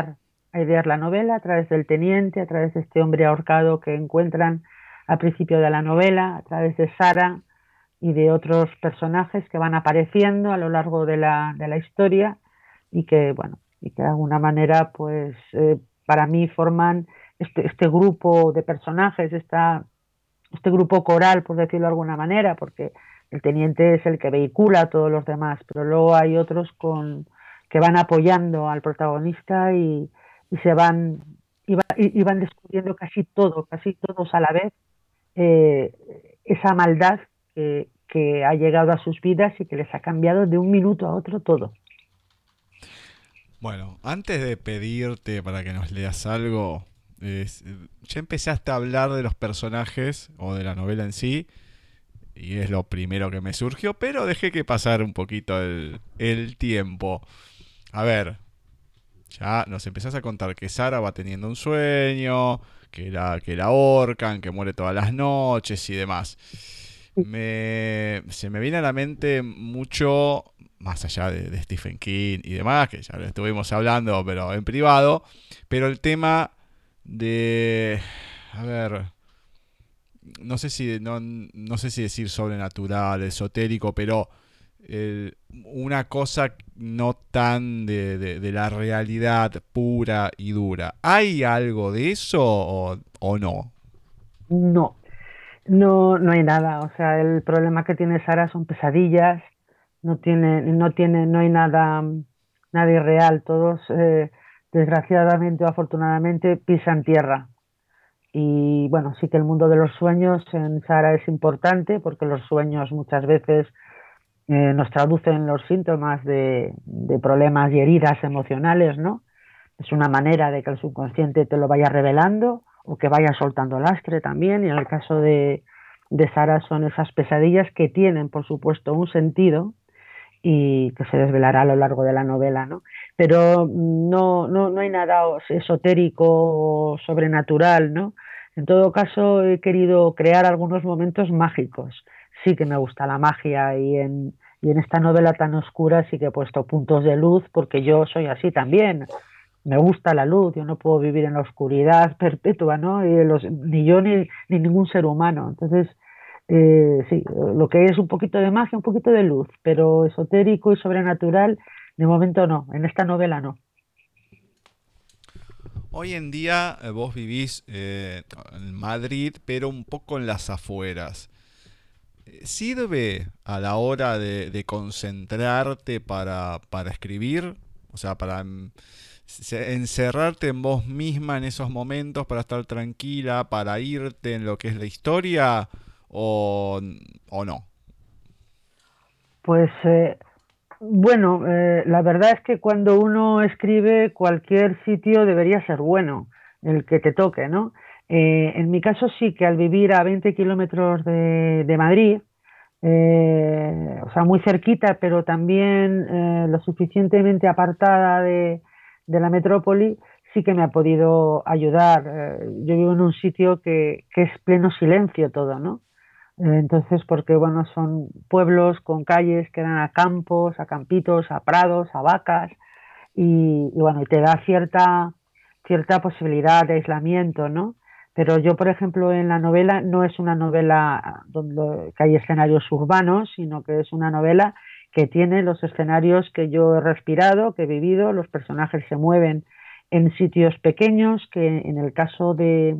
a idear la novela a través del teniente, a través de este hombre ahorcado que encuentran al principio de la novela, a través de Sara y de otros personajes que van apareciendo a lo largo de de la historia y que, bueno, y que de alguna manera, pues, para mí forman este grupo de personajes, este grupo coral, por decirlo de alguna manera, porque el teniente es el que vehicula a todos los demás, pero luego hay otros que van apoyando al protagonista y se van y van descubriendo casi todos a la vez, eh, esa maldad que ha llegado a sus vidas y que les ha cambiado de un minuto a otro todo. Bueno, antes de pedirte para que nos leas algo, ya empezaste a hablar de los personajes o de la novela en sí, y es lo primero que me surgió, pero dejé que pasara un poquito el tiempo. A ver, ya nos empezás a contar que Sara va teniendo un sueño, que la ahorcan, que muere todas las noches y demás. Se me viene a la mente mucho, más allá de Stephen King y demás, que ya lo estuvimos hablando, pero en privado, pero el tema de, a ver, no sé si decir sobrenatural, esotérico, pero una cosa no tan de la realidad pura y dura. ¿Hay algo de eso o no? No, no hay nada. O sea, el problema que tiene Sara son pesadillas, no hay nada irreal. Todos, desgraciadamente o afortunadamente, pisan tierra. Y bueno, sí que el mundo de los sueños en Sara es importante porque los sueños muchas veces nos traducen los síntomas de problemas y heridas emocionales, ¿no? Es una manera de que el subconsciente te lo vaya revelando o que vaya soltando lastre también. Y en el caso de Sara son esas pesadillas que tienen, por supuesto, un sentido y que se desvelará a lo largo de la novela, ¿no? Pero no hay nada esotérico o sobrenatural, ¿no? En todo caso, he querido crear algunos momentos mágicos. Sí que me gusta la magia y en esta novela tan oscura sí que he puesto puntos de luz porque yo soy así también. Me gusta la luz, yo no puedo vivir en la oscuridad perpetua, ¿no? Ni yo ni ningún ser humano. Entonces, sí, lo que es un poquito de magia, un poquito de luz, pero esotérico y sobrenatural, de momento no, en esta novela no. Hoy en día vos vivís en Madrid, pero un poco en las afueras. ¿Sirve a la hora de concentrarte para escribir? O sea, para encerrarte en vos misma en esos momentos, para estar tranquila, para irte en lo que es la historia, o, o no. Pues bueno, la verdad es que cuando uno escribe, cualquier sitio debería ser bueno, el que te toque, ¿no? En mi caso sí que al vivir a 20 kilómetros de Madrid, o sea, muy cerquita, pero también lo suficientemente apartada de la metrópoli, sí que me ha podido ayudar. Yo vivo en un sitio que es pleno silencio todo, ¿no? Entonces, porque bueno, son pueblos con calles que dan a campos, a campitos, a prados, a vacas, y bueno, y te da cierta posibilidad de aislamiento, ¿no? Pero yo, por ejemplo, en la novela no es una novela donde que hay escenarios urbanos, sino que es una novela que tiene los escenarios que yo he respirado, que he vivido, los personajes se mueven en sitios pequeños, que en el caso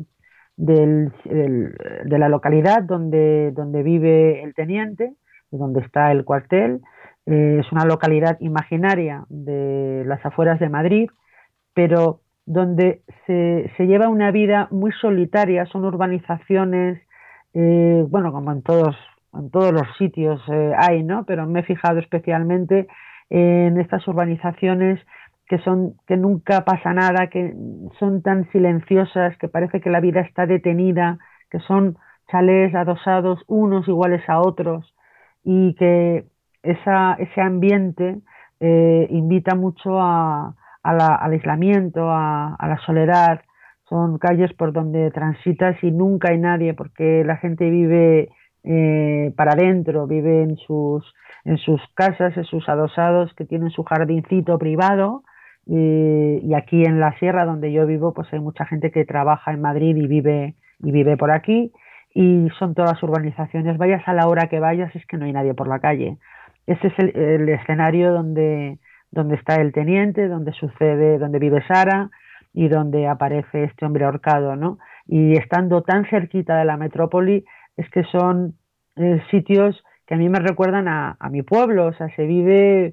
de la localidad donde vive el teniente, donde está el cuartel, es una localidad imaginaria de las afueras de Madrid, pero donde se lleva una vida muy solitaria, son urbanizaciones, bueno, como en todos los sitios hay, ¿no? Pero me he fijado especialmente en estas urbanizaciones que nunca pasa nada, que son tan silenciosas, que parece que la vida está detenida, que son chalés adosados unos iguales a otros y que ese ambiente invita mucho al aislamiento, a la soledad. Son calles por donde transitas y nunca hay nadie porque la gente vive para adentro, vive en sus casas, en sus adosados que tienen su jardincito privado. Y aquí en la sierra donde yo vivo, pues hay mucha gente que trabaja en Madrid y vive por aquí. Y son todas urbanizaciones. Vayas a la hora que vayas, es que no hay nadie por la calle. Ese es el escenario donde está el teniente, donde sucede, donde vive Sara y donde aparece este hombre ahorcado, ¿no? Y estando tan cerquita de la metrópoli, es que son sitios que a mí me recuerdan a mi pueblo, o sea, se vive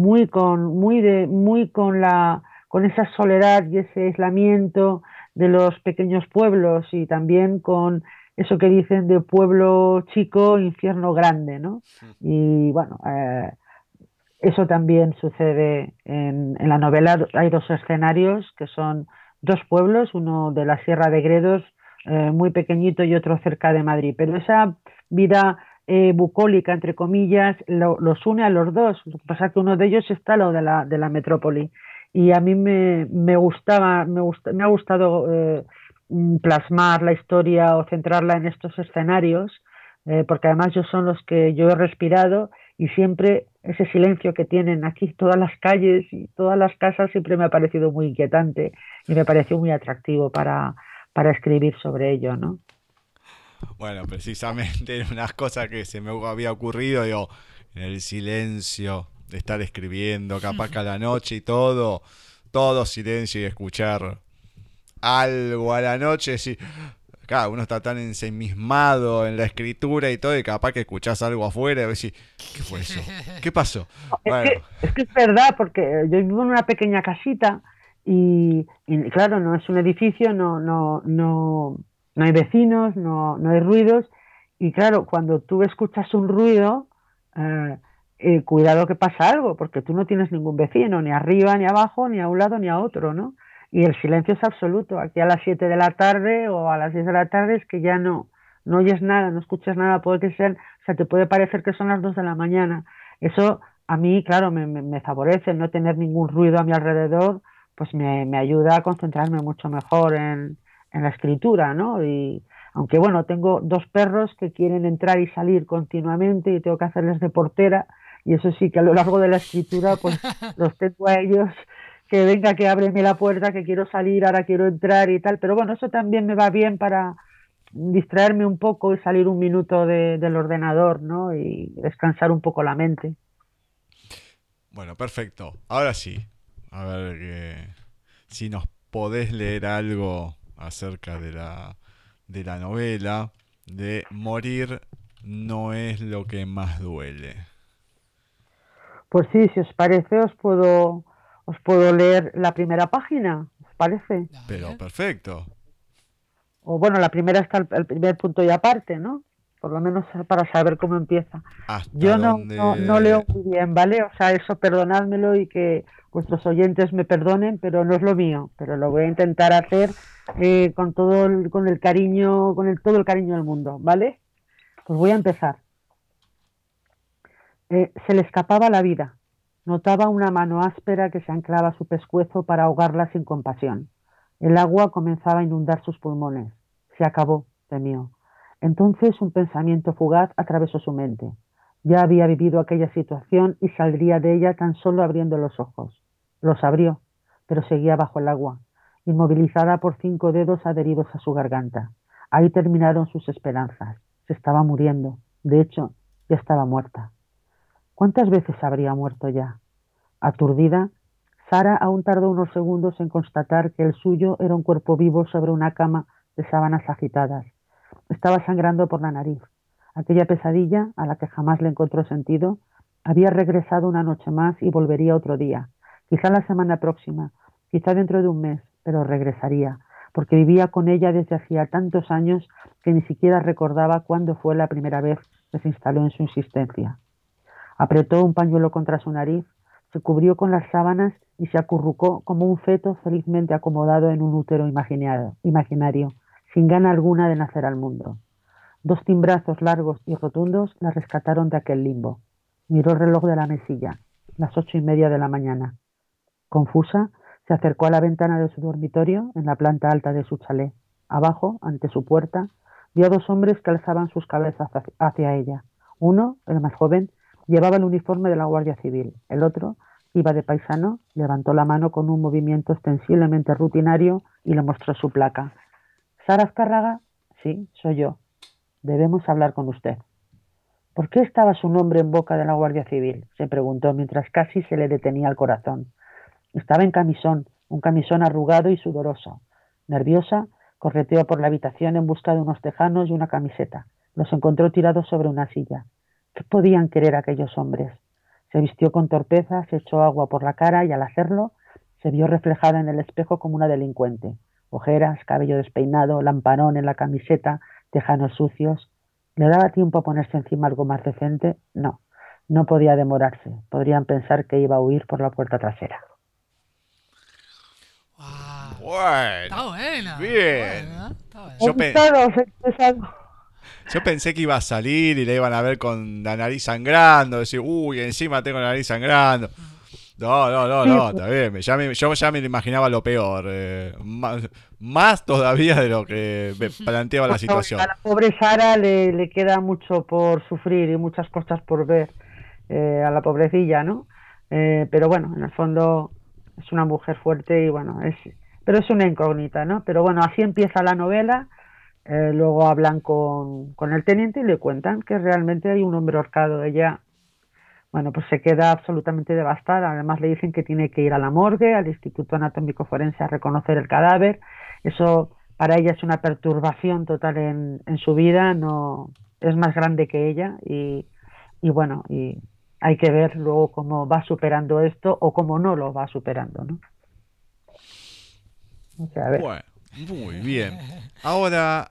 con esa soledad y ese aislamiento de los pequeños pueblos y también con eso que dicen de pueblo chico, infierno grande, ¿no? Y bueno, eso también sucede en la novela. Hay dos escenarios que son dos pueblos, uno de la Sierra de Gredos, muy pequeñito, y otro cerca de Madrid. Pero esa vida bucólica, entre comillas, los une a los dos. Lo que pasa es que uno de ellos está al lado de la metrópoli. Y a mí me ha gustado plasmar la historia o centrarla en estos escenarios, porque además son los que yo he respirado y siempre ese silencio que tienen aquí todas las calles y todas las casas siempre me ha parecido muy inquietante y me pareció muy atractivo para escribir sobre ello, ¿no? Bueno, precisamente unas cosas que se me había ocurrido, digo, en el silencio de estar escribiendo, capaz que a la noche y todo silencio y escuchar algo a la noche, sí. Claro, uno está tan ensimismado en la escritura y todo, y capaz que escuchás algo afuera y decís, ¿qué fue eso? ¿Qué pasó? Bueno, Es que es verdad, porque yo vivo en una pequeña casita y claro, no es un edificio, no hay vecinos, no hay ruidos. Y claro, cuando tú escuchas un ruido, eh, cuidado que pasa algo, porque tú no tienes ningún vecino, ni arriba, ni abajo, ni a un lado, ni a otro, ¿no? Y el silencio es absoluto. Aquí a las 7 de la tarde o a las 10 de la tarde es que ya no oyes nada, no escuchas nada, puede que sean, o sea, te puede parecer que son las 2 de la mañana. Eso a mí, claro, me favorece no tener ningún ruido a mi alrededor, pues me ayuda a concentrarme mucho mejor en la escritura, ¿no? Y aunque bueno, tengo dos perros que quieren entrar y salir continuamente y tengo que hacerles de portera, y eso sí que a lo largo de la escritura, pues los tengo a ellos que venga, que ábreme la puerta, que quiero salir, ahora quiero entrar y tal, pero bueno, eso también me va bien para distraerme un poco y salir un minuto del ordenador, ¿no? Y descansar un poco la mente. Bueno, perfecto. Ahora sí. A ver si nos podés leer algo acerca de la novela de Morir no es lo que más duele. Pues sí, si os parece, os puedo leer la primera página, ¿os parece? Pero Dale. perfecto. O bueno, la primera está el primer punto y aparte, ¿no? Por lo menos para saber cómo empieza. Hasta Yo no donde... leo muy bien, ¿vale? O sea, eso perdonádmelo y que vuestros oyentes me perdonen, pero no es lo mío. Pero lo voy a intentar hacer con con el cariño, todo el cariño del mundo, ¿vale? Pues voy a empezar. Se le escapaba la vida. Notaba una mano áspera que se anclaba a su pescuezo para ahogarla sin compasión. El agua comenzaba a inundar sus pulmones. Se acabó, temió. Entonces un pensamiento fugaz atravesó su mente. Ya había vivido aquella situación y saldría de ella tan solo abriendo los ojos. Los abrió, pero seguía bajo el agua, inmovilizada por 5 dedos adheridos a su garganta. Ahí terminaron sus esperanzas. Se estaba muriendo. De hecho, ya estaba muerta. ¿Cuántas veces habría muerto ya? Aturdida, Sara aún tardó unos segundos en constatar que el suyo era un cuerpo vivo sobre una cama de sábanas agitadas. Estaba sangrando por la nariz. Aquella pesadilla, a la que jamás le encontró sentido, había regresado una noche más y volvería otro día. Quizá la semana próxima, quizá dentro de un mes, pero regresaría, porque vivía con ella desde hacía tantos años que ni siquiera recordaba cuándo fue la primera vez que se instaló en su existencia. Apretó un pañuelo contra su nariz, se cubrió con las sábanas y se acurrucó como un feto felizmente acomodado en un útero imaginario, sin gana alguna de nacer al mundo. 2 timbrazos largos y rotundos la rescataron de aquel limbo. Miró el reloj de la mesilla, las 8:30 de la mañana. Confusa, se acercó a la ventana de su dormitorio en la planta alta de su chalet. Abajo, ante su puerta, vio a 2 hombres que alzaban sus cabezas hacia ella. Uno, el más joven, llevaba el uniforme de la Guardia Civil. El otro, iba de paisano, levantó la mano con un movimiento ostensiblemente rutinario y le mostró su placa. ¿Sara Azcárraga? Sí, soy yo. Debemos hablar con usted. ¿Por qué estaba su nombre en boca de la Guardia Civil?, se preguntó mientras casi se le detenía el corazón. Estaba en camisón, un camisón arrugado y sudoroso. Nerviosa, correteó por la habitación en busca de unos tejanos y una camiseta. Los encontró tirados sobre una silla. ¿Qué podían querer aquellos hombres? Se vistió con torpeza, se echó agua por la cara y al hacerlo se vio reflejada en el espejo como una delincuente. Ojeras, cabello despeinado, lamparón en la camiseta, tejanos sucios. ¿Le daba tiempo a ponerse encima algo más decente? No, no podía demorarse. Podrían pensar que iba a huir por la puerta trasera. Wow. Está Bueno, buena. bien. Está buena. Está buena. Yo, ¿Os gustado? ¿Os ha interesado? yo pensé que iba a salir y la iban a ver con la nariz sangrando, decir, uy, encima tengo la nariz sangrando. No, no, no, Sí, no, está bien. Yo ya me imaginaba lo peor. Más todavía de lo que me planteaba la bueno, situación. a la pobre Sara le queda mucho por sufrir y muchas cosas por ver, a la pobrecilla, ¿no? Pero bueno, en el fondo es una mujer fuerte y bueno, pero es una incógnita, ¿no? Pero bueno, así empieza la novela. Luego hablan con el teniente y le cuentan que realmente hay un hombre ahorcado. Ella, bueno, pues se queda absolutamente devastada. Además le dicen que tiene que ir a la morgue, al Instituto Anatómico Forense a reconocer el cadáver. Eso para ella es una perturbación total en su vida. No, es más grande que ella y bueno, y hay que ver luego cómo va superando esto o cómo no lo va superando, ¿no? O sea, a ver. Bueno, muy bien. Ahora,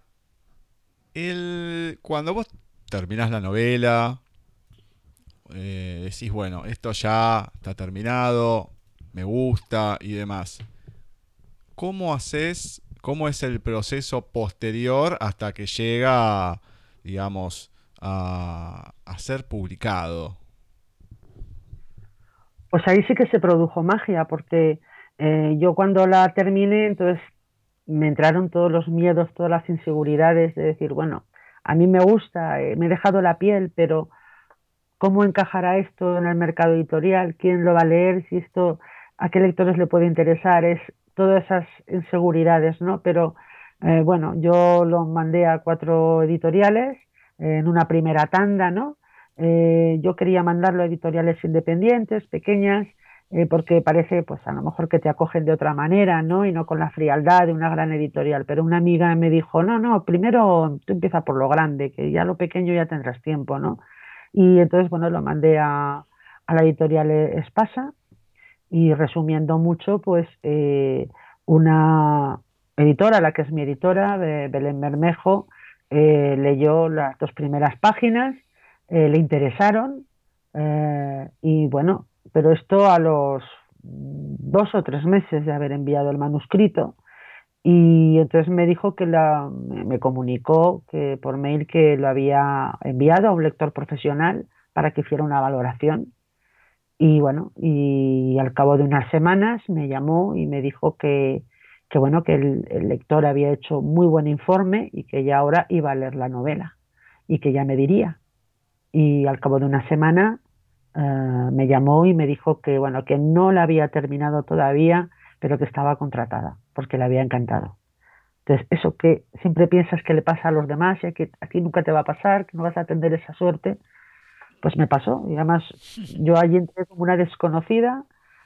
cuando vos terminás la novela, decís, bueno, esto ya está terminado, me gusta y demás. ¿Cómo haces, cómo es el proceso posterior hasta que llega, digamos, a ser publicado? Pues ahí sí que se produjo magia, porque yo cuando la terminé, entonces me entraron todos los miedos, todas las inseguridades de decir, bueno, a mí me gusta, me he dejado la piel, pero ¿cómo encajará esto en el mercado editorial? ¿Quién lo va a leer? Si esto, ¿a qué lectores le puede interesar? Es todas esas inseguridades, ¿no? Pero bueno, yo lo mandé a 4 editoriales en una primera tanda, ¿no? Yo quería mandarlo a editoriales independientes, pequeñas, porque parece, pues a lo mejor que te acogen de otra manera, ¿no? Y no con la frialdad de una gran editorial. Pero una amiga me dijo, no, no, primero tú empieza por lo grande, que ya lo pequeño ya tendrás tiempo, ¿no? Y entonces, bueno, lo mandé a la editorial Espasa y resumiendo mucho, pues una editora, la que es mi editora, Belén Bermejo, leyó las 2 primeras páginas, le interesaron y bueno, pero esto a los 2 o 3 meses de haber enviado el manuscrito. Y entonces me dijo me comunicó que por mail que lo había enviado a un lector profesional para que hiciera una valoración. Y bueno, y al cabo de unas semanas me llamó y me dijo que bueno, que el lector había hecho muy buen informe y que ya ahora iba a leer la novela y que ya me diría. Y al cabo de una semana me llamó y me dijo que bueno, que no la había terminado todavía, pero que estaba contratada porque le había encantado. Entonces, eso que siempre piensas que le pasa a los demás y que a ti nunca te va a pasar, que no vas a tener esa suerte, pues me pasó. Y además, yo allí entré como una desconocida,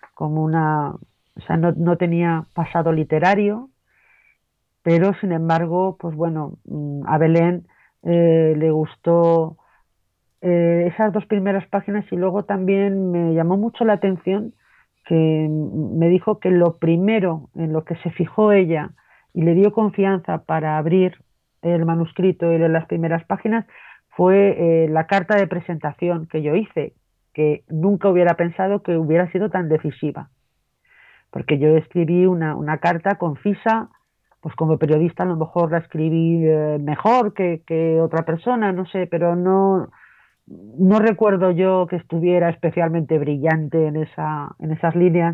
o sea, no tenía pasado literario, pero sin embargo, pues bueno, a Belén le gustó esas 2 primeras páginas y luego también me llamó mucho la atención que me dijo que lo primero en lo que se fijó ella y le dio confianza para abrir el manuscrito y leer las primeras páginas fue la carta de presentación que yo hice, que nunca hubiera pensado que hubiera sido tan decisiva, porque yo escribí una carta concisa, pues como periodista a lo mejor la escribí mejor que otra persona, no sé, pero no recuerdo yo que estuviera especialmente brillante en esas líneas,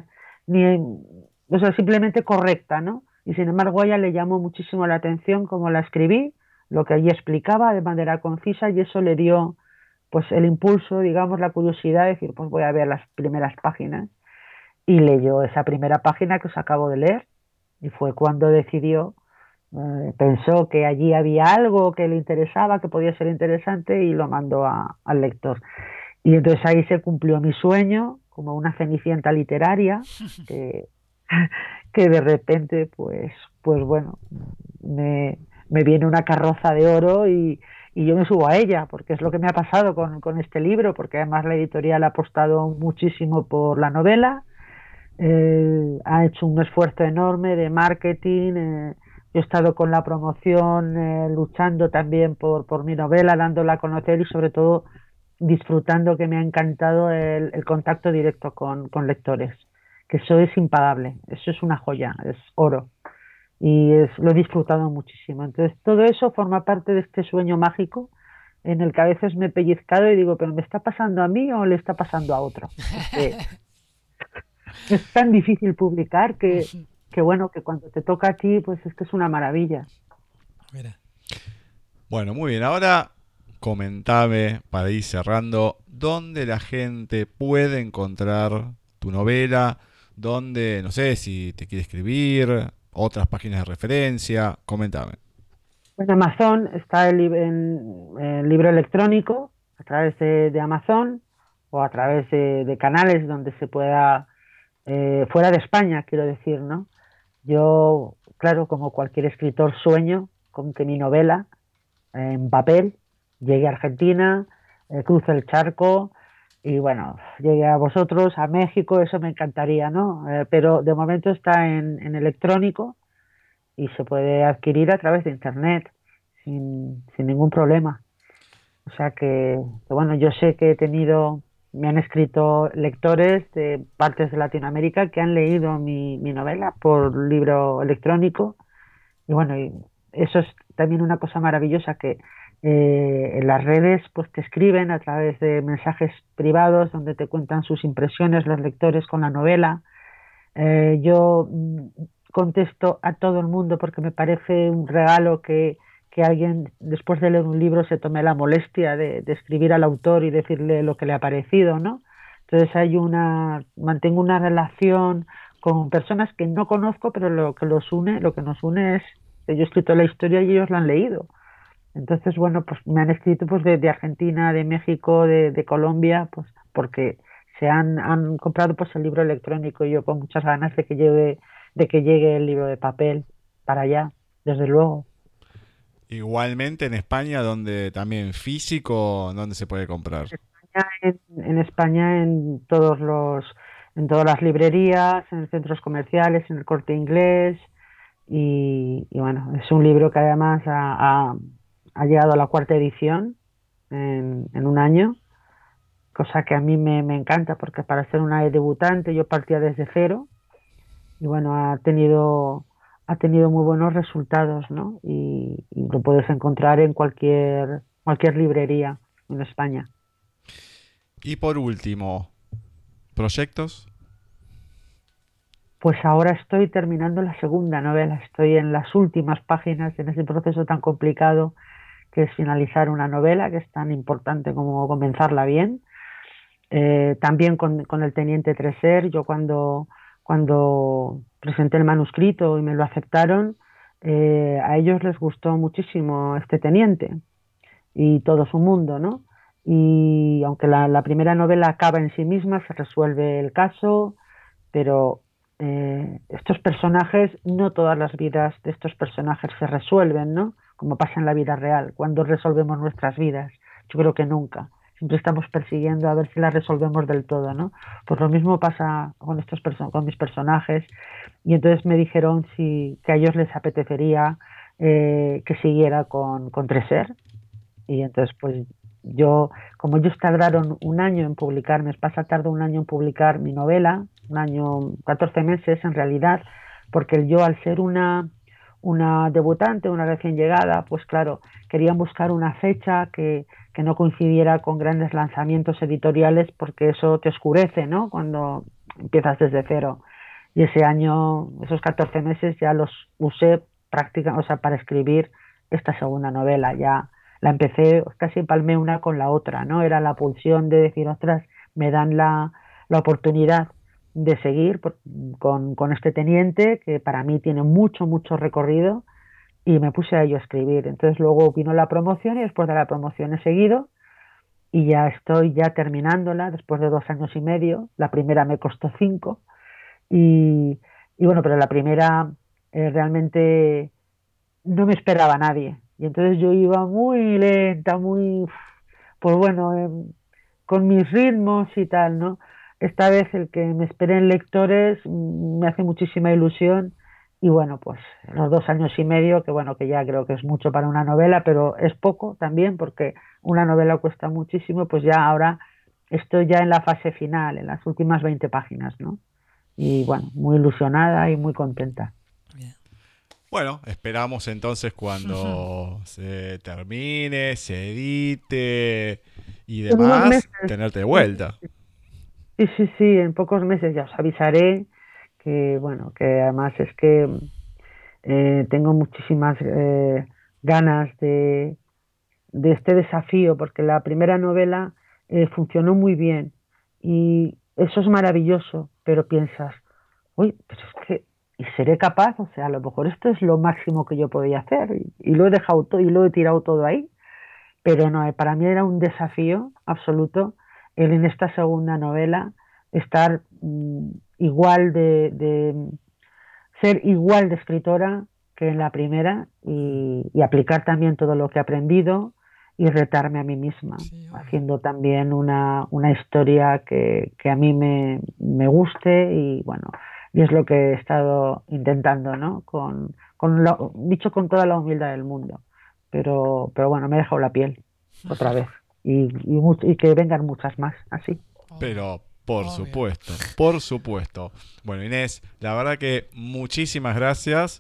o sea, simplemente correcta, ¿no? Y sin embargo a ella le llamó muchísimo la atención cómo la escribí, lo que allí explicaba de manera concisa y eso le dio pues el impulso, digamos, la curiosidad de decir, pues voy a ver las primeras páginas y leyó esa primera página que os acabo de leer y fue cuando decidió, pensó que allí había algo que le interesaba, que podía ser interesante y lo mandó al lector. Y entonces ahí se cumplió mi sueño como una cenicienta literaria que, que de repente pues bueno, me viene una carroza de oro y yo me subo a ella, porque es lo que me ha pasado con este libro, porque además la editorial ha apostado muchísimo por la novela, ha hecho un esfuerzo enorme de marketing. Yo he estado con la promoción, luchando también por mi novela, dándola a conocer y sobre todo disfrutando, que me ha encantado el contacto directo con lectores, que eso es impagable, eso es una joya, es oro y lo he disfrutado muchísimo. Entonces todo eso forma parte de este sueño mágico en el que a veces me he pellizcado y digo, pero ¿me está pasando a mí o le está pasando a otro? Porque es tan difícil publicar que bueno, que cuando te toca a ti, pues es que es una maravilla. Mira. Bueno, muy bien. Ahora comentame, para ir cerrando, dónde la gente puede encontrar tu novela, dónde, no sé, si te quiere escribir, otras páginas de referencia. Comentame. En Amazon está el libro electrónico a través de Amazon o a través de canales donde se pueda, fuera de España, quiero decir, ¿no? Yo, claro, como cualquier escritor, sueño con que mi novela en papel llegue a Argentina, cruce el charco y bueno, llegue a vosotros, a México, eso me encantaría, ¿no? Pero de momento está en electrónico y se puede adquirir a través de internet sin ningún problema. O sea que bueno, yo sé que me han escrito lectores de partes de Latinoamérica que han leído mi novela por libro electrónico y bueno, y eso es también una cosa maravillosa, que En las redes pues te escriben a través de mensajes privados donde te cuentan sus impresiones los lectores con la novela. Yo contesto a todo el mundo porque me parece un regalo que alguien después de leer un libro se tome la molestia de escribir al autor y decirle lo que le ha parecido, ¿no? Entonces mantengo una relación con personas que no conozco, pero lo que nos une es que yo he escrito la historia y ellos la han leído. Entonces, bueno, pues me han escrito pues de Argentina, de México, de Colombia, pues porque han comprado pues el libro electrónico y yo con muchas ganas de que llegue el libro de papel para allá, desde luego. Igualmente en España, donde también físico, ¿dónde se puede comprar? En España, en todas las librerías, en centros comerciales, en el Corte Inglés, y bueno, es un libro que además ha llegado a la cuarta edición en un año, cosa que a mí me encanta porque para ser una debutante yo partía desde cero y bueno, ha tenido muy buenos resultados, ¿no? Y lo puedes encontrar en cualquier librería en España. Y por último, ¿proyectos? Pues ahora estoy terminando la segunda novela, estoy en las últimas páginas en ese proceso tan complicado que es finalizar una novela, que es tan importante como comenzarla bien. También con el Teniente Treser, yo cuando presenté el manuscrito y me lo aceptaron, a ellos les gustó muchísimo este teniente y todo su mundo, ¿no? Y aunque la primera novela acaba en sí misma, se resuelve el caso, pero estos personajes, no todas las vidas de estos personajes se resuelven, ¿no? Como pasa en la vida real, cuando resolvemos nuestras vidas. Yo creo que nunca. Siempre estamos persiguiendo a ver si las resolvemos del todo, ¿no? Pues lo mismo pasa con con mis personajes. Y entonces me dijeron que a ellos les apetecería que siguiera con Treser. Y entonces, pues como ellos tardaron un año en publicar, mi esposa tardó un año en publicar mi novela, un año, 14 meses en realidad, porque yo al ser una debutante, una recién llegada, pues claro, querían buscar una fecha que no coincidiera con grandes lanzamientos editoriales, porque eso te oscurece, ¿no? Cuando empiezas desde cero. Y ese año, esos 14 meses ya los usé o sea, para escribir esta segunda novela. Ya la empecé, casi palmé una con la otra, ¿no? Era la pulsión de decir, ostras, me dan la oportunidad de seguir con este teniente, que para mí tiene mucho, mucho recorrido, y me puse a ello a escribir. Entonces luego vino la promoción y después de la promoción he seguido y ya estoy ya terminándola después de 2 años y medio. La primera me costó 5 y, y bueno, pero la primera realmente no me esperaba a nadie. Y entonces yo iba muy lenta, pues bueno, con mis ritmos y tal, ¿no? Esta vez el que me esperen lectores me hace muchísima ilusión y bueno, pues los 2 años y medio, que bueno, que ya creo que es mucho para una novela, pero es poco también porque una novela cuesta muchísimo, pues ya ahora estoy ya en la fase final, en las últimas 20 páginas, ¿no? Y bueno, muy ilusionada y muy contenta. Bien. Bueno, esperamos entonces cuando se termine, se edite y En unos demás, meses, tenerte de vuelta. sí, en pocos meses ya os avisaré que, bueno, que además es que tengo muchísimas ganas de este desafío, porque la primera novela funcionó muy bien y eso es maravilloso, pero piensas, uy, pero es que, ¿y seré capaz? O sea, a lo mejor esto es lo máximo que yo podía hacer y lo he dejado todo y lo he tirado todo ahí, pero no, para mí era un desafío absoluto el en esta segunda novela estar igual ser igual de escritora que en la primera y aplicar también todo lo que he aprendido y retarme a mí misma, Sí, obvio. haciendo también una historia que a mí me guste y bueno, y es lo que he estado intentando, ¿no? Dicho con toda la humildad del mundo, pero bueno, me he dejado la piel otra vez y que vengan muchas más, así. Obvio. Pero por Obvio. supuesto, por supuesto. Bueno, Inés, la verdad que muchísimas gracias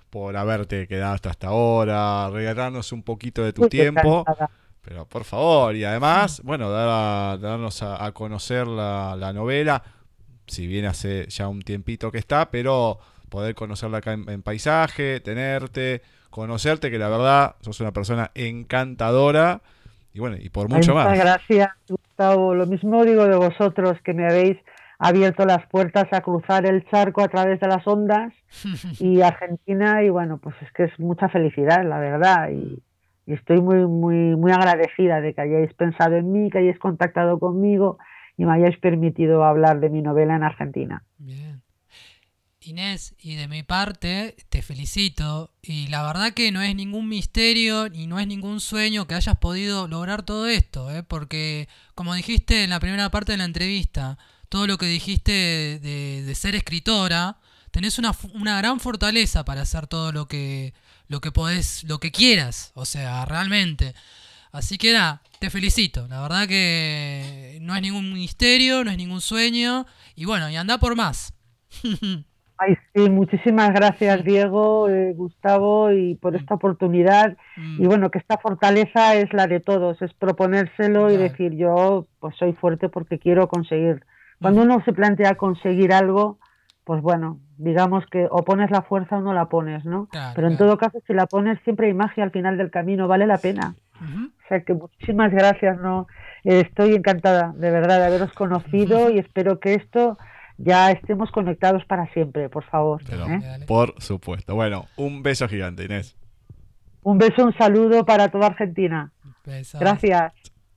por haberte quedado hasta ahora, regalarnos un poquito de tu Uy, tiempo. encantada. Pero por favor, y además, bueno, darnos a conocer la novela, si bien hace ya un tiempito que está, pero poder conocerla acá en Paisaje, tenerte, conocerte, que la verdad sos una persona encantadora, y bueno, y por Ay, mucho muchas más. gracias, Gustavo. Lo mismo digo de vosotros, que me habéis abierto las puertas a cruzar el charco a través de las ondas y Argentina, y bueno, pues es que es mucha felicidad, la verdad, y estoy muy, muy, muy agradecida de que hayáis pensado en mí, que hayáis contactado conmigo y me hayáis permitido hablar de mi novela en Argentina. Bien. Inés, y de mi parte te felicito, y la verdad que no es ningún misterio y no es ningún sueño que hayas podido lograr todo esto, ¿eh? Porque como dijiste en la primera parte de la entrevista, todo lo que dijiste de ser escritora, tenés una gran fortaleza para hacer todo lo que podés, lo que quieras, o sea, realmente. Así que nada, te felicito, la verdad que no es ningún misterio, no es ningún sueño, y bueno, y anda por más. Ay, sí, muchísimas gracias, Diego, Gustavo, y por Mm, esta oportunidad. Y mm, bueno, que esta fortaleza es la de todos, es proponérselo y claro. decir yo pues soy fuerte porque quiero conseguir. Cuando Ujú, uno se plantea conseguir algo, pues bueno, digamos que o pones la fuerza o no la pones, ¿no? claro, Pero en claro. todo caso, si la pones, siempre hay magia al final del camino, vale la pena. Ujú. O sea que muchísimas gracias, ¿no? Estoy encantada, de verdad, de haberos conocido y espero que esto ya estemos conectados para siempre, por favor. Pero, Dale, ¿Eh? dale. por supuesto. Bueno, un beso gigante, Inés. Un beso, un saludo para toda Argentina. Besos. Gracias.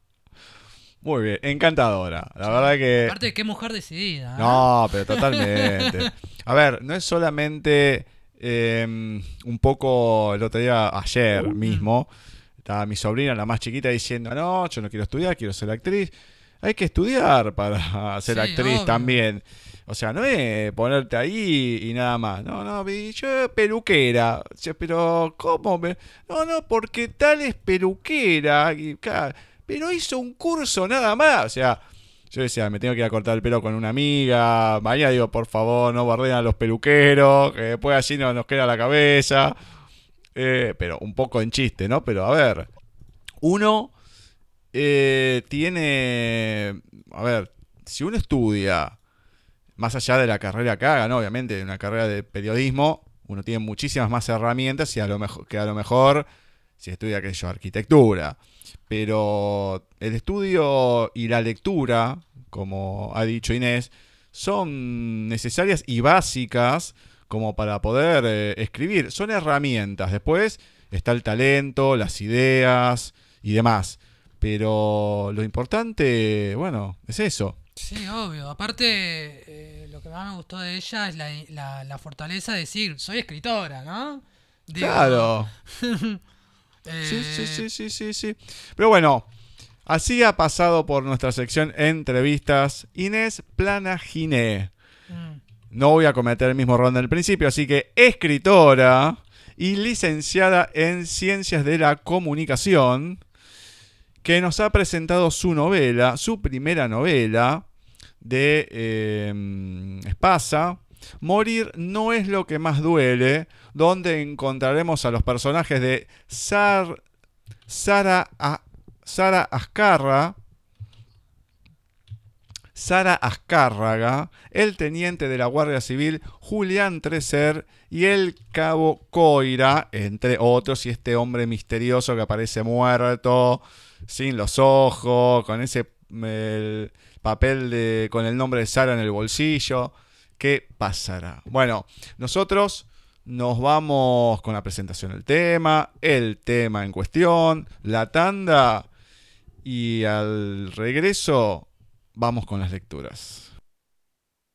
Muy bien, encantadora. La verdad Sí. que... Aparte, qué mujer decidida, ¿eh? No, pero totalmente. A ver, no es solamente un poco el otro día, ayer Mm, mismo, estaba mi sobrina, la más chiquita, diciendo, no, yo no quiero estudiar, quiero ser actriz. Hay que estudiar para ser sí, actriz obvio. también. O sea, no es ponerte ahí y nada más. No, no, yo peluquera. O sea, pero, ¿cómo? No, no, porque tal es peluquera. Claro, pero hizo un curso nada más. O sea, yo decía, me tengo que ir a cortar el pelo con una amiga. Mañana digo, por favor, no bardeen a los peluqueros, que después así no nos queda la cabeza. Pero un poco en chiste, ¿no? Pero a ver, uno tiene... A ver, si uno estudia, más allá de la carrera que haga, ¿no? Obviamente, una carrera de periodismo, uno tiene muchísimas más herramientas y a lo mejor, que a lo mejor si estudia, qué sé yo, arquitectura. Pero el estudio y la lectura, como ha dicho Inés, son necesarias y básicas como para poder escribir. Son herramientas. Después está el talento, las ideas y demás. Pero lo importante, bueno, es eso. Sí, obvio. Aparte, lo que más me gustó de ella es la fortaleza de decir, soy escritora, ¿no? Digo, Claro. Sí, sí, eh, sí, sí, sí, sí. Pero bueno, así ha pasado por nuestra sección entrevistas Inés Planaginé. mm, No voy a cometer el mismo error del principio, así que escritora y licenciada en Ciencias de la Comunicación, que nos ha presentado su novela, su primera novela de Espasa, Morir no es lo que más duele, donde encontraremos a los personajes de Sara, Sara Azcarra, Sara Azcárraga, el teniente de la Guardia Civil Julián Treser y el cabo Coira, entre otros, y este hombre misterioso que aparece muerto, sin los ojos, con ese el papel con el nombre de Sara en el bolsillo. ¿Qué pasará? Bueno, nosotros nos vamos con la presentación del tema, el tema en cuestión, la tanda, y al regreso vamos con las lecturas.